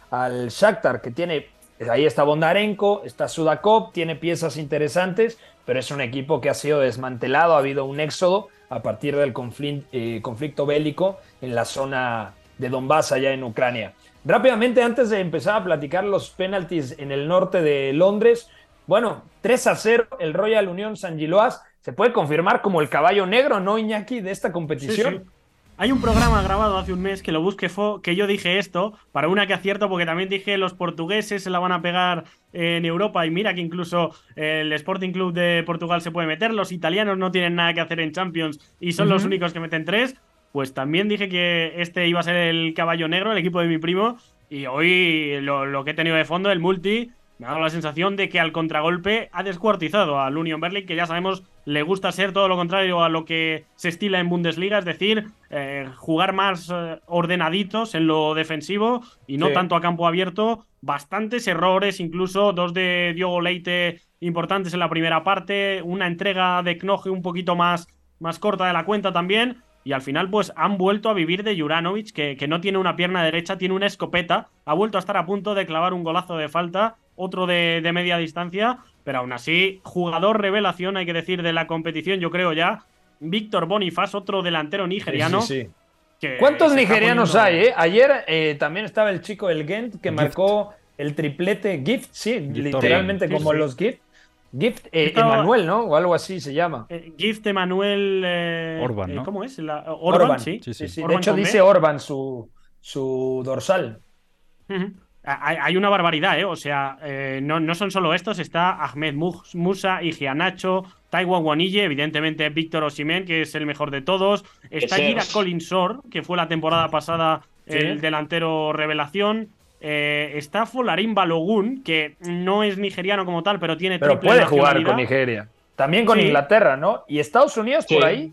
al Shakhtar, que tiene, ahí está Bondarenko, está Sudakov, tiene piezas interesantes, pero es un equipo que ha sido desmantelado, ha habido un éxodo a partir del conflicto, eh, conflicto bélico en la zona de Donbass, allá en Ucrania. Rápidamente, antes de empezar a platicar los penaltis en el norte de Londres, bueno, tres a cero, el Royal Union Saint-Gilloise se puede confirmar como el caballo negro, ¿no, Iñaki, de esta competición? Sí, sí. Hay un programa grabado hace un mes que lo busqué, fue que yo dije esto, para una que acierto, porque también dije los portugueses se la van a pegar en Europa, y mira que incluso el Sporting Club de Portugal se puede meter, los italianos no tienen nada que hacer en Champions y son uh-huh. los únicos que meten tres. Pues también dije que este iba a ser el caballo negro, el equipo de mi primo, y hoy lo, lo que he tenido de fondo, el multi, me ha dado la sensación de que al contragolpe ha descuartizado al Union Berlin, que ya sabemos le gusta ser todo lo contrario a lo que se estila en Bundesliga, es decir, eh, jugar más eh, ordenaditos en lo defensivo y no sí. tanto a campo abierto. Bastantes errores, incluso dos de Diogo Leite importantes en la primera parte, una entrega de Knoche un poquito más, más corta de la cuenta también. Y al final, pues, han vuelto a vivir de Juranovic, que, que no tiene una pierna derecha, tiene una escopeta. Ha vuelto a estar a punto de clavar un golazo de falta, otro de, de media distancia. Pero aún así, jugador revelación, hay que decir, de la competición, yo creo ya. Víctor Bonifaz, otro delantero nigeriano. Sí, sí, sí. Que ¿Cuántos nigerianos poniendo... hay, eh? Ayer eh, también estaba el chico del Ghent, que Gift. marcó el triplete Gift, sí, Gift literalmente sí, como sí. los Gift. Gift eh, Estaba... Emanuel, ¿no? O algo así se llama. Eh, Gift Emanuel... Eh, Orban, ¿no? Eh, ¿Cómo es? La... Orban, Orban, sí. sí, sí. sí. Orban de hecho dice Orban su, su dorsal. Uh-huh. Hay, hay una barbaridad, ¿eh? O sea, eh, no, no son solo estos. Está Ahmed Musa, Igianacho, Taiwan Wanille, evidentemente Víctor Osimhen, que es el mejor de todos. Está Gira Colinsor, que fue la temporada pasada ¿Sí? el delantero revelación. Eh, está Folarin Balogun, que no es nigeriano como tal, pero tiene pero triple puede jugar con Nigeria. También con sí. Inglaterra, ¿no? ¿Y Estados Unidos sí. por ahí?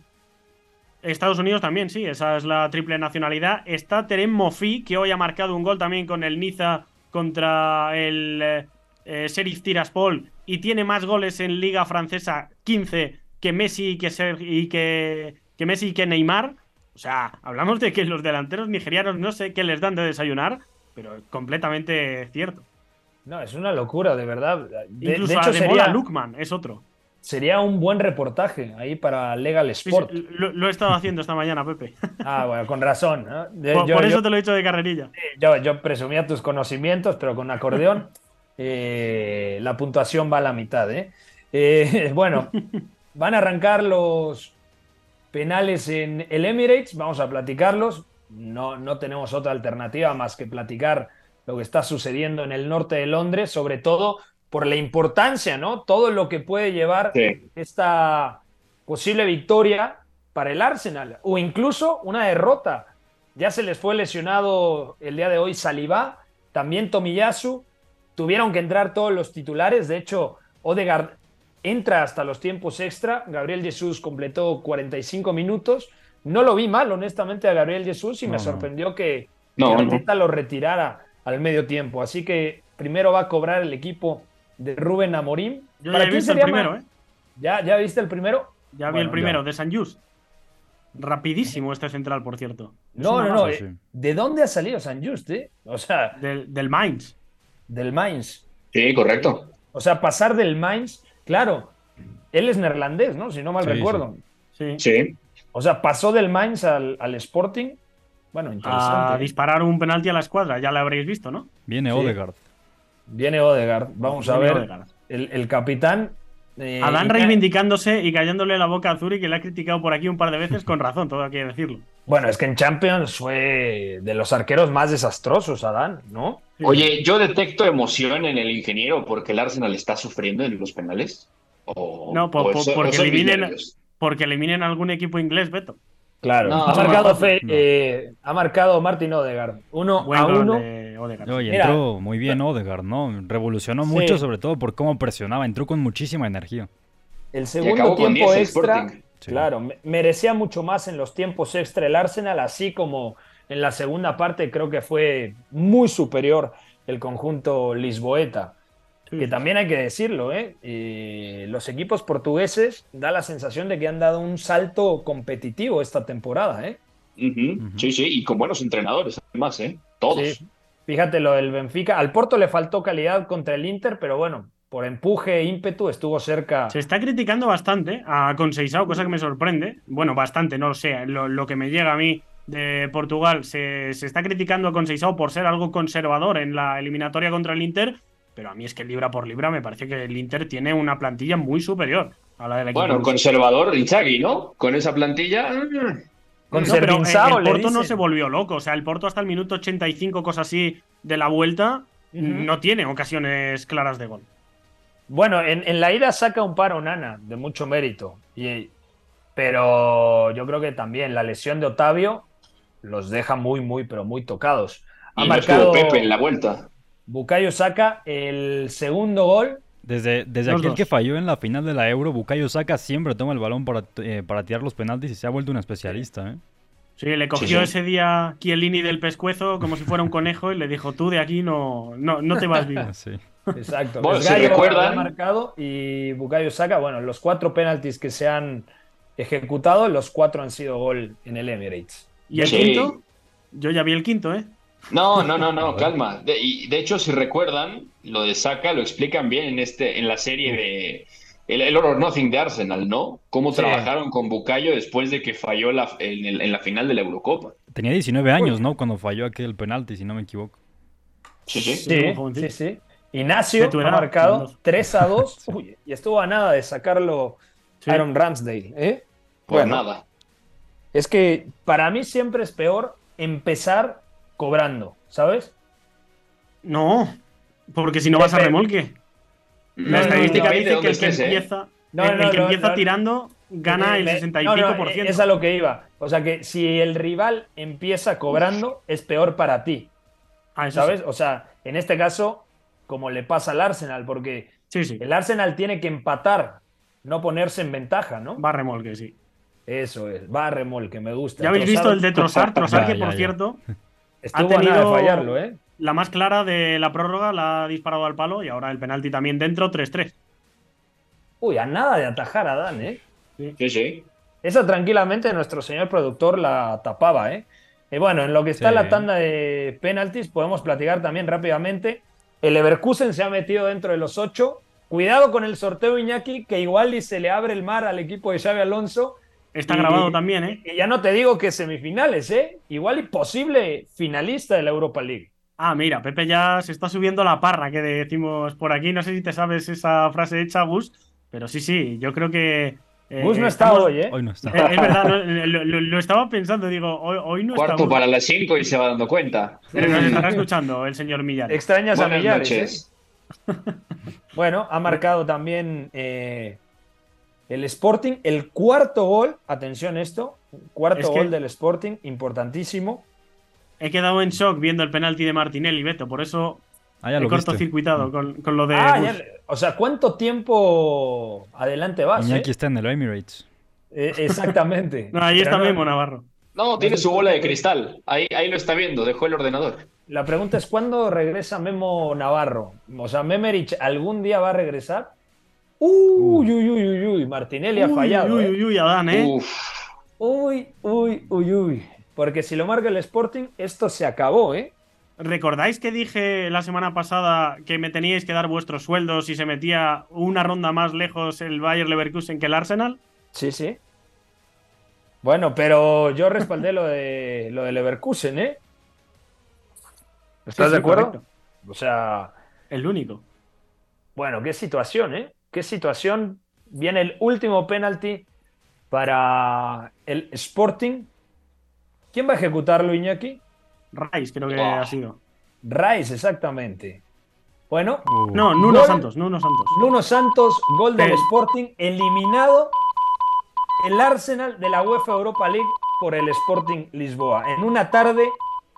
Estados Unidos también, sí, esa es la triple nacionalidad. Está Terem Moffi, que hoy ha marcado un gol también con el Niza contra el eh, Sheriff Tiraspol, y tiene más goles en Liga Francesa, quince, que Messi y que, Ser- y que, que Messi y que Neymar. O sea, hablamos de que los delanteros nigerianos no sé qué les dan de desayunar, pero completamente cierto. No, es una locura, de verdad. De, Incluso de hecho, Ademola sería, Lookman es otro. Sería un buen reportaje ahí para Legal Sport. Sí, sí, lo, lo he estado haciendo esta mañana, Pepe. Ah, bueno, con razón, ¿no? De, por, yo, por eso yo, te lo he dicho de carrerilla. Yo, yo presumía tus conocimientos, pero con acordeón eh, la puntuación va a la mitad, ¿eh? eh bueno, van a arrancar los penales en el Emirates, vamos a platicarlos. No, no tenemos otra alternativa más que platicar lo que está sucediendo en el norte de Londres, sobre todo por la importancia, ¿no? Todo lo que puede llevar sí. esta posible victoria para el Arsenal, o incluso una derrota. Ya se les fue lesionado el día de hoy Saliba, también Tomiyasu, tuvieron que entrar todos los titulares. De hecho, Odegaard entra hasta los tiempos extra, Gabriel Jesús completó cuarenta y cinco minutos. No lo vi mal, honestamente, a Gabriel Jesús, y no, me sorprendió no. que, no, que Arteta no. lo retirara al medio tiempo. Así que primero va a cobrar el equipo de Rubén Amorim. Yo ya he visto el primero, más? ¿eh? ¿Ya, ¿Ya viste el primero? Ya vi bueno, el primero, ya. de San Just. Rapidísimo este central, por cierto. No, no, no. Eh, ¿De dónde ha salido San Just, eh? O sea... Del, del Mainz. Del Mainz. Sí, correcto. O sea, pasar del Mainz... Claro, él es neerlandés, ¿no? Si no mal sí, recuerdo. Sí. sí. O sea, pasó del Mainz al, al Sporting. Bueno, interesante. A disparar un penalti a la escuadra, ya lo habréis visto, ¿no? Viene sí. Odegaard. Viene Odegaard. Vamos Viene a ver. Odegaard. El, el capitán... Eh, Adán reivindicándose y callándole la boca a Zuri, que le ha criticado por aquí un par de veces, con razón, todo hay que decirlo. Bueno, es que en Champions fue de los arqueros más desastrosos, Adán, ¿no? Oye, yo detecto emoción en el ingeniero porque el Arsenal está sufriendo en los penales. O, no, por, por, porque, eliminen, porque eliminen a algún equipo inglés, Beto. Claro, no, ha, marcado no, fe, no. eh, ha marcado Martin Odegaard. Uno Buen a uno. Oye, entró muy bien Odegaard, ¿no? Revolucionó sí. mucho, sobre todo por cómo presionaba. Entró con muchísima energía. El segundo tiempo extra, sí. claro, merecía mucho más en los tiempos extra el Arsenal, así como en la segunda parte creo que fue muy superior el conjunto lisboeta. Sí. Que también hay que decirlo, ¿eh? Eh, los equipos portugueses da la sensación de que han dado un salto competitivo esta temporada, ¿eh? Uh-huh. Uh-huh. Sí, sí, y con buenos entrenadores, además, ¿eh? Todos. Sí. Fíjate lo del Benfica. Al Porto le faltó calidad contra el Inter, pero bueno, por empuje e ímpetu estuvo cerca. Se está criticando bastante a Conceição, cosa que me sorprende. Bueno, bastante, no lo sé. Lo, lo que me llega a mí de Portugal, se, se está criticando a Conceição por ser algo conservador en la eliminatoria contra el Inter, pero a mí es que libra por libra me parece que el Inter tiene una plantilla muy superior a la del equipo. Bueno, conservador Inzaghi, ¿no? Con esa plantilla... No, pero el Porto no se volvió loco. O sea, el Porto hasta el minuto ochenta y cinco, cosas así, de la vuelta, uh-huh. no tiene ocasiones claras de gol. Bueno, en, en la ida saca un par a Onana, de mucho mérito. Y, pero yo creo que también la lesión de Otavio los deja muy, muy, pero muy tocados. Ha y marcado no Pepe en la vuelta. Bukayo Saka el segundo gol. Desde, desde aquel dos. que falló en la final de la Euro, Bukayo Saka siempre toma el balón para, eh, para tirar los penaltis y se ha vuelto un especialista. ¿eh? Sí, le cogió sí, sí. ese día Chiellini del pescuezo como si fuera un conejo y le dijo, tú de aquí no, no, no te vas vivo. Sí. Exacto. Bueno, si recuerdan... ha marcado y Bukayo Saka, bueno, los cuatro penaltis que se han ejecutado, los cuatro han sido gol en el Emirates. ¿Y el sí. quinto? Yo ya vi el quinto, ¿eh? No, no, no, no, calma. De, y de hecho, si recuerdan, lo de Saka lo explican bien en este, en la serie de el, el All or Nothing de Arsenal, ¿no? Cómo sí. trabajaron con Bukayo después de que falló la, en, el, en la final de la Eurocopa. Tenía diecinueve años, ¿no? Cuando falló aquel penalti, si no me equivoco. Sí, sí. Sí, sí, sí. Ignacio ha marcado tres a dos. Sí. Uy, y estuvo a nada de sacarlo sí. Aaron Ramsdale, ¿eh? Pues bueno, nada. Es que para mí siempre es peor empezar cobrando, ¿sabes? No, porque si no vas a remolque. La no, estadística no, no, dice no, que el que estés, empieza, ¿eh? no, el, no, el que no, empieza no, tirando gana me, el sesenta y no, cinco no, por ciento. Es a lo que iba. O sea que si el rival empieza cobrando, es peor para ti. Ah, eso ¿sabes? Sí. O sea, en este caso, como le pasa al Arsenal, porque sí, sí. el Arsenal tiene que empatar, no ponerse en ventaja, ¿no? Va a remolque, sí. Eso es, va a remolque, me gusta. Ya habéis Trossard... visto el de Trossard, Trossard ya, que ya, por ya. cierto Estuvo ha tenido a nada de fallarlo, ¿eh? La más clara de la prórroga, la ha disparado al palo y ahora el penalti también dentro, tres tres. Uy, a nada de atajar a Dan, ¿eh? Sí, sí. Esa tranquilamente nuestro señor productor la tapaba, ¿eh? Y bueno, en lo que está sí. la tanda de penaltis, podemos platicar también rápidamente. El Leverkusen se ha metido dentro de los ocho. Cuidado con el sorteo, Iñaki, que igual y se le abre el mar al equipo de Xabi Alonso. Está y, grabado también, ¿eh? Y ya no te digo que semifinales, ¿eh? Igual y posible finalista de la Europa League. Ah, mira, Pepe ya se está subiendo la parra que decimos por aquí. No sé si te sabes esa frase hecha, Gus, pero sí, sí, yo creo que... Eh, Gus no está hoy, ¿eh? Hoy no está. Es, es verdad, no, lo, lo, lo estaba pensando, digo, hoy, hoy no Cuarto está. Cuarto para las cinco y se va dando cuenta. Pero nos estará escuchando el señor Millares. Extrañas Buenas a Millares, noches. ¿eh? Bueno, ha marcado también eh, el Sporting, el cuarto gol, atención esto, cuarto es que gol del Sporting, importantísimo. He quedado en shock viendo el penalti de Martinelli, Beto, por eso ah, ya he lo cortocircuitado con, con lo de... Ah, ya, o sea, ¿cuánto tiempo adelante vas? Iñaki eh? está en el Emirates. Eh, exactamente. No, ahí está no, Memo Navarro. No, tiene su bola de cristal. Ahí, ahí lo está viendo, dejó el ordenador. La pregunta es, ¿cuándo regresa Memo Navarro? O sea, ¿Memerich algún día va a regresar? Uy, uy, uy, uy, uy. Martinelli ha uy, fallado. Uy, ¿eh? uy, uy, Adán, ¿eh? Uf. Uy, uy, uy, uy. Porque si lo marca el Sporting, esto se acabó, ¿eh? ¿Recordáis que dije la semana pasada que me teníais que dar vuestros sueldos si se metía una ronda más lejos el Bayer Leverkusen que el Arsenal? Sí, sí. Bueno, pero yo respaldé lo de lo de Leverkusen, ¿eh? ¿Estás sí, de sí, acuerdo? Correcto. O sea... El único. Bueno, qué situación, ¿eh? Qué situación. Viene el último penalti para el Sporting. ¿Quién va a ejecutarlo, Iñaki? Rice, creo que oh. ha sido. Rice, exactamente. Bueno. Uh. No, Nuno gol, Santos, Nuno Santos. Nuno Santos, gol del Sí. Sporting, eliminado el Arsenal de la UEFA Europa League por el Sporting Lisboa. En una tarde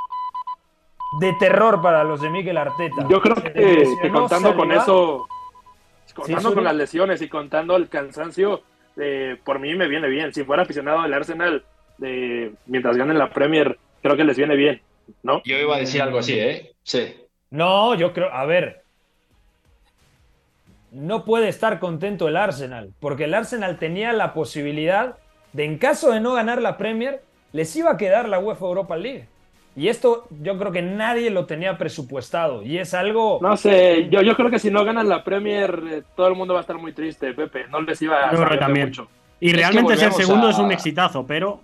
de terror para los de Mikel Arteta. Yo creo que, que contando con eso, contando Sí, con las lesiones y contando el cansancio, eh, por mí me viene bien. Si fuera aficionado al Arsenal, eh, mientras ganen la Premier, creo que les viene bien, ¿no? Yo iba a decir algo así, ¿eh? Sí. No, yo creo, a ver, no puede estar contento el Arsenal, porque el Arsenal tenía la posibilidad de, en caso de no ganar la Premier, les iba a quedar la UEFA Europa League. Y esto yo creo que nadie lo tenía presupuestado y es algo... No sé, yo, yo creo que si no ganan la Premier, eh, todo el mundo va a estar muy triste, Pepe. No les iba a saber también mucho. Y Es que realmente ser volvemos segundo a- es un exitazo, pero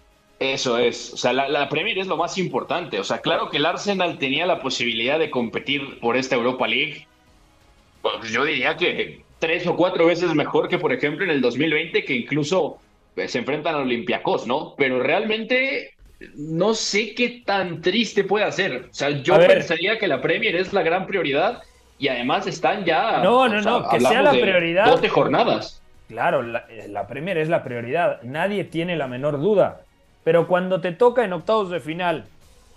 Eso es, o sea, la, la Premier es lo más importante. O sea, claro que el Arsenal tenía la posibilidad de competir por esta Europa League. Pues yo diría que tres o cuatro veces mejor que, por ejemplo, en el dos mil veinte, que incluso pues, se enfrentan a Olympiacos, ¿no? Pero realmente no sé qué tan triste puede ser. O sea, yo A ver. pensaría que la Premier es la gran prioridad y además están ya. No, no, o sea, no, que sea hablamos la de prioridad. doce jornadas. Claro, la, la Premier es la prioridad, nadie tiene la menor duda. Pero cuando te toca en octavos de final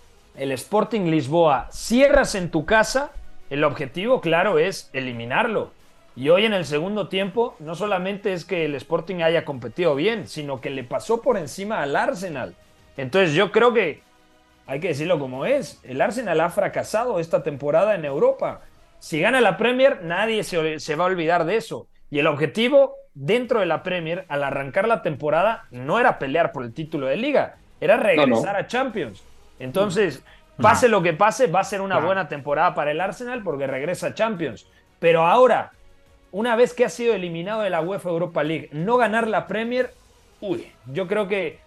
el Sporting Lisboa, cierras en tu casa, el objetivo, claro, es eliminarlo. Y hoy en el segundo tiempo, no solamente es que el Sporting haya competido bien, sino que le pasó por encima al Arsenal. Entonces yo creo que, hay que decirlo como es, el Arsenal ha fracasado esta temporada en Europa. Si gana la Premier, nadie se, se va a olvidar de eso. Y el objetivo dentro de la Premier, al arrancar la temporada, no era pelear por el título de Liga, era regresar No, no. a Champions. Entonces, pase lo que pase, va a ser una No. buena temporada para el Arsenal porque regresa a Champions. Pero ahora, una vez que ha sido eliminado de la UEFA Europa League, no ganar la Premier, uy, yo creo que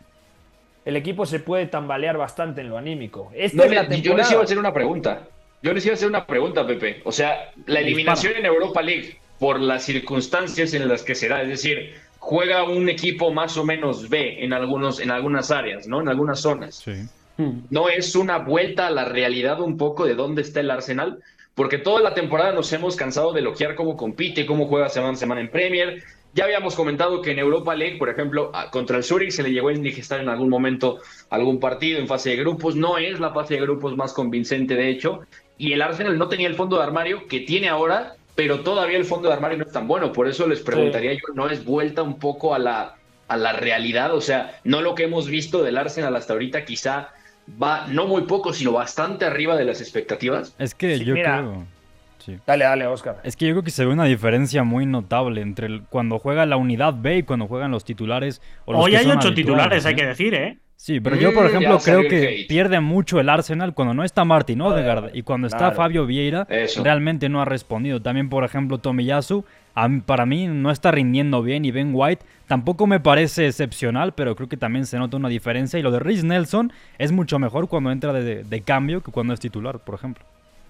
el equipo se puede tambalear bastante en lo anímico. Esta No, es la le- yo les temporada. iba a hacer una pregunta. Yo les iba a hacer una pregunta, Pepe. O sea, la eliminación en Europa League, por las circunstancias en las que se da, es decir, juega un equipo más o menos B en, algunos, en algunas áreas, ¿no? En algunas zonas. Sí. ¿No es una vuelta a la realidad un poco de dónde está el Arsenal? Porque toda la temporada nos hemos cansado de elogiar cómo compite, cómo juega semana a semana en Premier. Ya habíamos comentado que en Europa League, por ejemplo, a- contra el Zurich se le llegó a indigestar en algún momento algún partido en fase de grupos. No es la fase de grupos más convincente, de hecho. Y el Arsenal no tenía el fondo de armario que tiene ahora, pero todavía el fondo de armario no es tan bueno. Por eso les preguntaría yo, ¿no es vuelta un poco a la, a la realidad? O sea, no lo que hemos visto del Arsenal hasta ahorita quizá va no muy poco, sino bastante arriba de las expectativas. Es que Sí, yo mira. creo... Sí. Dale, dale, Oscar. Es que yo creo que se ve una diferencia muy notable entre el- cuando juega la unidad B y cuando juegan los titulares. O los hoy que hay son ocho habituales, titulares, hay ¿eh? que decir, ¿eh? Sí, pero yo, por Mm, ejemplo, ya salió creo el que hate. pierde mucho el Arsenal cuando no está Martin Odegaard y cuando está claro. Fabio Vieira, Eso. realmente no ha respondido. También, por ejemplo, Tomiyasu, a mí- para mí no está rindiendo bien y Ben White tampoco me parece excepcional, pero creo que también se nota una diferencia. Y lo de Reece Nelson es mucho mejor cuando entra de, de cambio que cuando es titular, por ejemplo.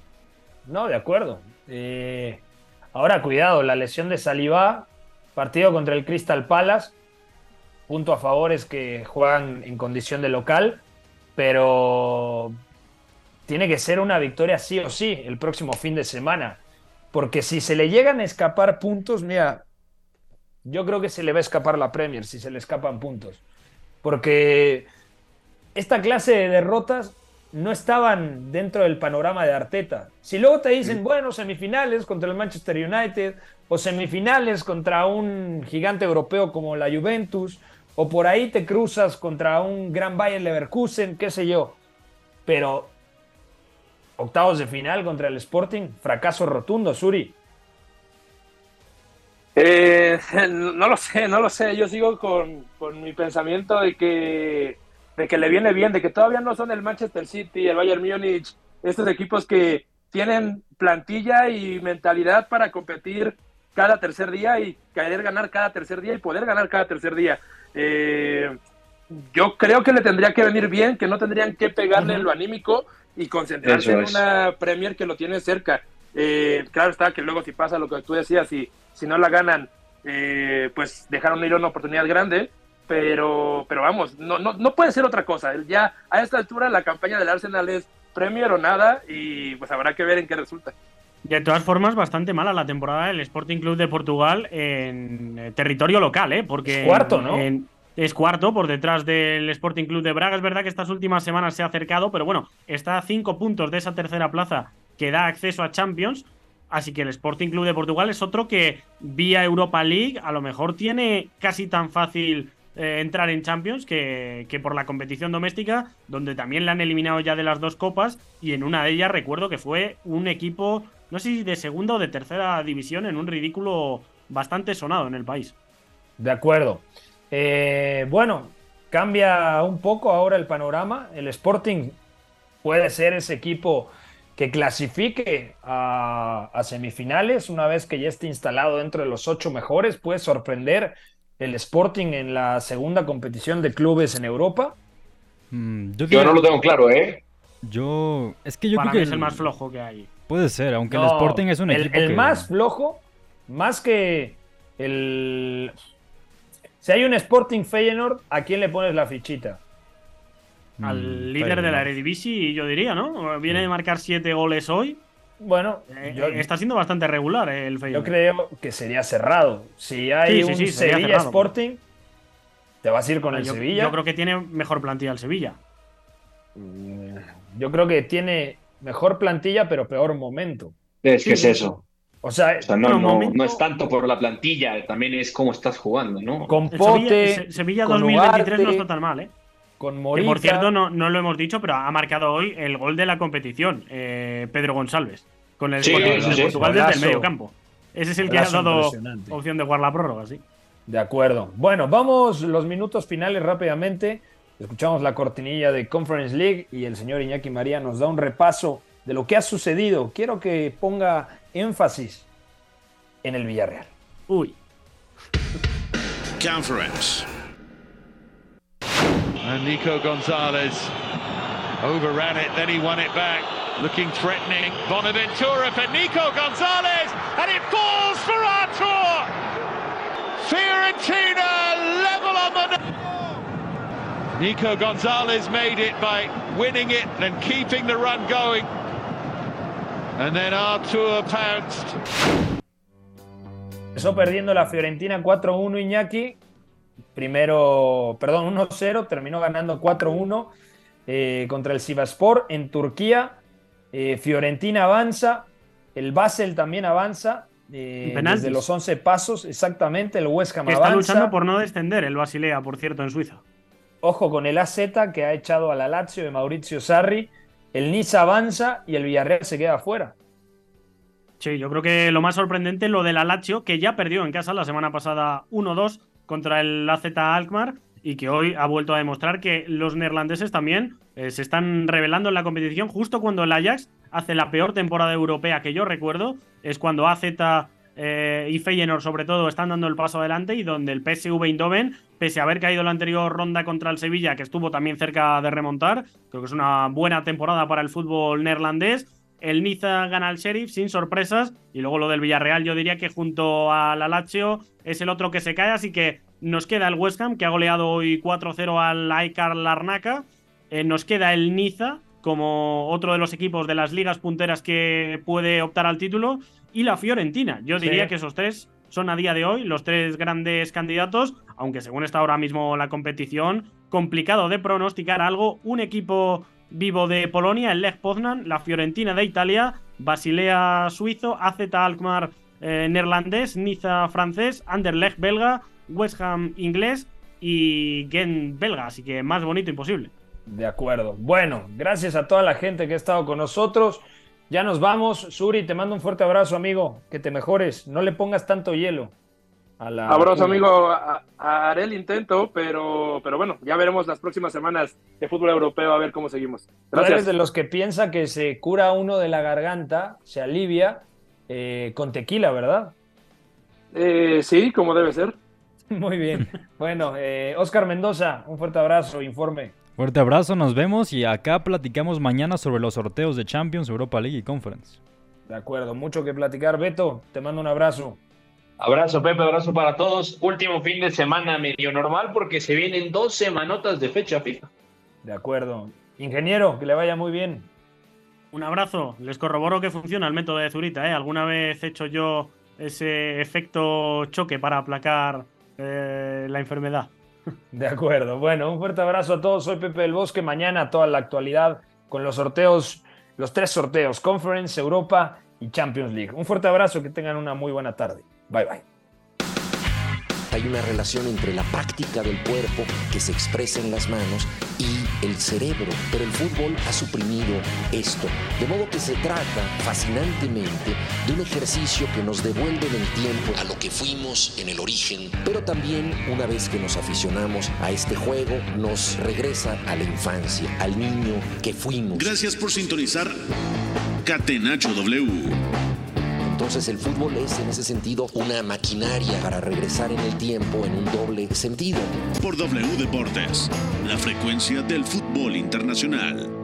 No, de acuerdo. Eh, ahora, cuidado, la lesión de Saliba, partido contra el Crystal Palace. Punto a favor es que juegan en condición de local, pero tiene que ser una victoria sí o sí el próximo fin de semana. Porque si se le llegan a escapar puntos, mira, yo creo que se le va a escapar la Premier si se le escapan puntos. Porque esta clase de derrotas no estaban dentro del panorama de Arteta. Si luego te dicen, bueno, semifinales contra el Manchester United o semifinales contra un gigante europeo como la Juventus, o por ahí te cruzas contra un gran Bayer Leverkusen, qué sé yo. Pero octavos de final contra el Sporting, fracaso rotundo, Suri. Eh, no lo sé, no lo sé. Yo sigo con, con mi pensamiento de que, de que le viene bien, de que todavía no son el Manchester City, el Bayern Múnich, estos equipos que tienen plantilla y mentalidad para competir cada tercer día y querer ganar cada tercer día y poder ganar cada tercer día. Eh, yo creo que le tendría que venir bien, que no tendrían que pegarle en lo anímico y concentrarse Eso en es. una Premier que lo tiene cerca. Eh, claro está que luego si pasa lo que tú decías, si, si no la ganan, eh, pues dejaron ir una oportunidad grande, pero, pero vamos, no, no, no puede ser otra cosa. Ya a esta altura la campaña del Arsenal es Premier o nada y pues habrá que ver en qué resulta. De todas formas, bastante mala la temporada del Sporting Club de Portugal en eh, territorio local, ¿eh? Porque Es cuarto, ¿no? en- es cuarto por detrás del Sporting Club de Braga. Es verdad que estas últimas semanas se ha acercado, pero bueno, está a cinco puntos de esa tercera plaza que da acceso a Champions. Así que el Sporting Club de Portugal es otro que vía Europa League a lo mejor tiene casi tan fácil eh, entrar en Champions que, que por la competición doméstica, donde también le han eliminado ya de las dos copas y en una de ellas recuerdo que fue un equipo, no sé si de segunda o de tercera división, en un ridículo bastante sonado en el país. De acuerdo. Eh, bueno, cambia un poco ahora el panorama. El Sporting puede ser ese equipo que clasifique a, a semifinales una vez que ya esté instalado dentro de los ocho mejores. Puede sorprender el Sporting en la segunda competición de clubes en Europa. Mm, yo, yo no lo tengo claro, ¿eh? Yo... Es que yo Para creo mí que... es el más flojo que hay. Puede ser, aunque No, el Sporting es un el, equipo el que... más flojo, más que el... Si hay un Sporting Feyenoord, ¿a quién le pones la fichita? Al Mm, líder Feyenoord. de la Eredivisie, yo diría, ¿no? Viene de marcar siete goles hoy. Bueno, Eh, yo, está siendo bastante regular eh, el Feyenoord. yo creo que sería cerrado. Si hay Sí, sí, un sí, sería Sevilla cerrado. Sporting, te vas a ir con el yo, Sevilla. yo creo que tiene mejor plantilla el Sevilla. Yo creo que tiene mejor plantilla, pero peor momento. Es que Sí, es sí. eso. O sea, O sea, no, Bueno, no, momento- no es tanto por la plantilla, también es cómo estás jugando, ¿no? con El Pote, Sevilla, Se- Sevilla con dos mil veintitrés no Ugarte, está tan mal, ¿eh? con Que Morita. por cierto, no, no lo hemos dicho, pero ha marcado hoy el gol de la competición, eh, Pedro González, con el Sí, Sporting sí, de sí. Portugal desde el Golazo. medio campo. Ese es el que ha Golazo dado impresionante. opción de jugar la prórroga, sí. De acuerdo. Bueno, vamos los minutos finales rápidamente. Escuchamos la cortinilla de Conference League y el señor Iñaki María nos da un repaso de lo que ha sucedido. Quiero que ponga énfasis en el Villarreal. Uy. Conference. And Nico Gonzalez overran it, then he won it back, looking threatening. Bonaventura for Nico Gonzalez, and it falls for Artur! Fiorentina level on the... Nico Gonzalez made it by winning it and keeping the run going. And then Artur pounced. Empezó perdiendo la Fiorentina cuatro uno, Iñaki. Primero, perdón, uno cero, terminó ganando cuatro uno eh, contra el Sivasspor en Turquía. Eh, Fiorentina avanza, el Basel también avanza eh, Penaltis. desde los once pasos, exactamente. El West Ham Que está avanza. luchando por no descender el Basilea, por cierto, en Suiza. Ojo con el A Z que ha echado a la Lazio de Maurizio Sarri. El Niza avanza y el Villarreal se queda afuera. Sí, yo creo que lo más sorprendente es lo de la Lazio, que ya perdió en casa la semana pasada uno dos contra el A Z Alkmaar y que hoy ha vuelto a demostrar que los neerlandeses también eh, se están revelando en la competición justo cuando el Ajax hace la peor temporada europea que yo recuerdo. Es cuando A Z eh, y Feyenoord sobre todo están dando el paso adelante y donde el P S V Eindhoven, pese a haber caído en la anterior ronda contra el Sevilla, que estuvo también cerca de remontar, creo que es una buena temporada para el fútbol neerlandés. El Niza gana al Sheriff sin sorpresas y luego lo del Villarreal yo diría que junto a la Lazio es el otro que se cae, así que nos queda el West Ham que ha goleado hoy cuatro cero al Aikar Larnaca, eh, nos queda el Niza como otro de los equipos de las ligas punteras que puede optar al título y la Fiorentina. Yo diría Sí. que esos tres son a día de hoy los tres grandes candidatos, aunque según está ahora mismo la competición, complicado de pronosticar algo. Un equipo vivo de Polonia, el Lech Poznan, la Fiorentina de Italia, Basilea suizo, A Z Alkmaar eh, neerlandés, Niza francés, Anderlecht belga, West Ham inglés y Gent belga, así que más bonito imposible. De acuerdo. Bueno, gracias a toda la gente que ha estado con nosotros. Ya nos vamos. Suri, te mando un fuerte abrazo, amigo. Que te mejores. No le pongas tanto hielo a la... Abrazo, amigo. A- a- Haré el intento, pero, pero bueno, ya veremos las próximas semanas de fútbol europeo a ver cómo seguimos. Tú eres Gracias. de los que piensa que se cura uno de la garganta, se alivia eh, con tequila, ¿verdad? Eh, sí, como debe ser. Muy bien. Bueno, eh, Oscar Mendoza, un fuerte abrazo, informe. Fuerte abrazo, nos vemos y acá platicamos mañana sobre los sorteos de Champions, Europa League y Conference. De acuerdo, mucho que platicar. Beto, te mando un abrazo. Abrazo, Pepe, abrazo para todos. Último fin de semana medio normal porque se vienen dos semanotas de fecha fija. De acuerdo. Ingeniero, que le vaya muy bien. Un abrazo. Les corroboro que funciona el método de Zurita, ¿eh? Alguna vez he hecho yo ese efecto choque para aplacar eh, la enfermedad. De acuerdo. Bueno, un fuerte abrazo a todos. Soy Pepe del Bosque. Mañana toda la actualidad con los sorteos, los tres sorteos, Conference, Europa y Champions League. Un fuerte abrazo, que tengan una muy buena tarde. Bye, bye. Hay una relación entre la práctica del cuerpo que se expresa en las manos y el cerebro, pero el fútbol ha suprimido esto, de modo que se trata fascinantemente de un ejercicio que nos devuelve en el tiempo a lo que fuimos en el origen, pero también una vez que nos aficionamos a este juego nos regresa a la infancia, al niño que fuimos. Gracias por sintonizar Catenacho W. Entonces el fútbol es en ese sentido una maquinaria para regresar en el tiempo en un doble sentido. Por W Deportes, la frecuencia del fútbol internacional.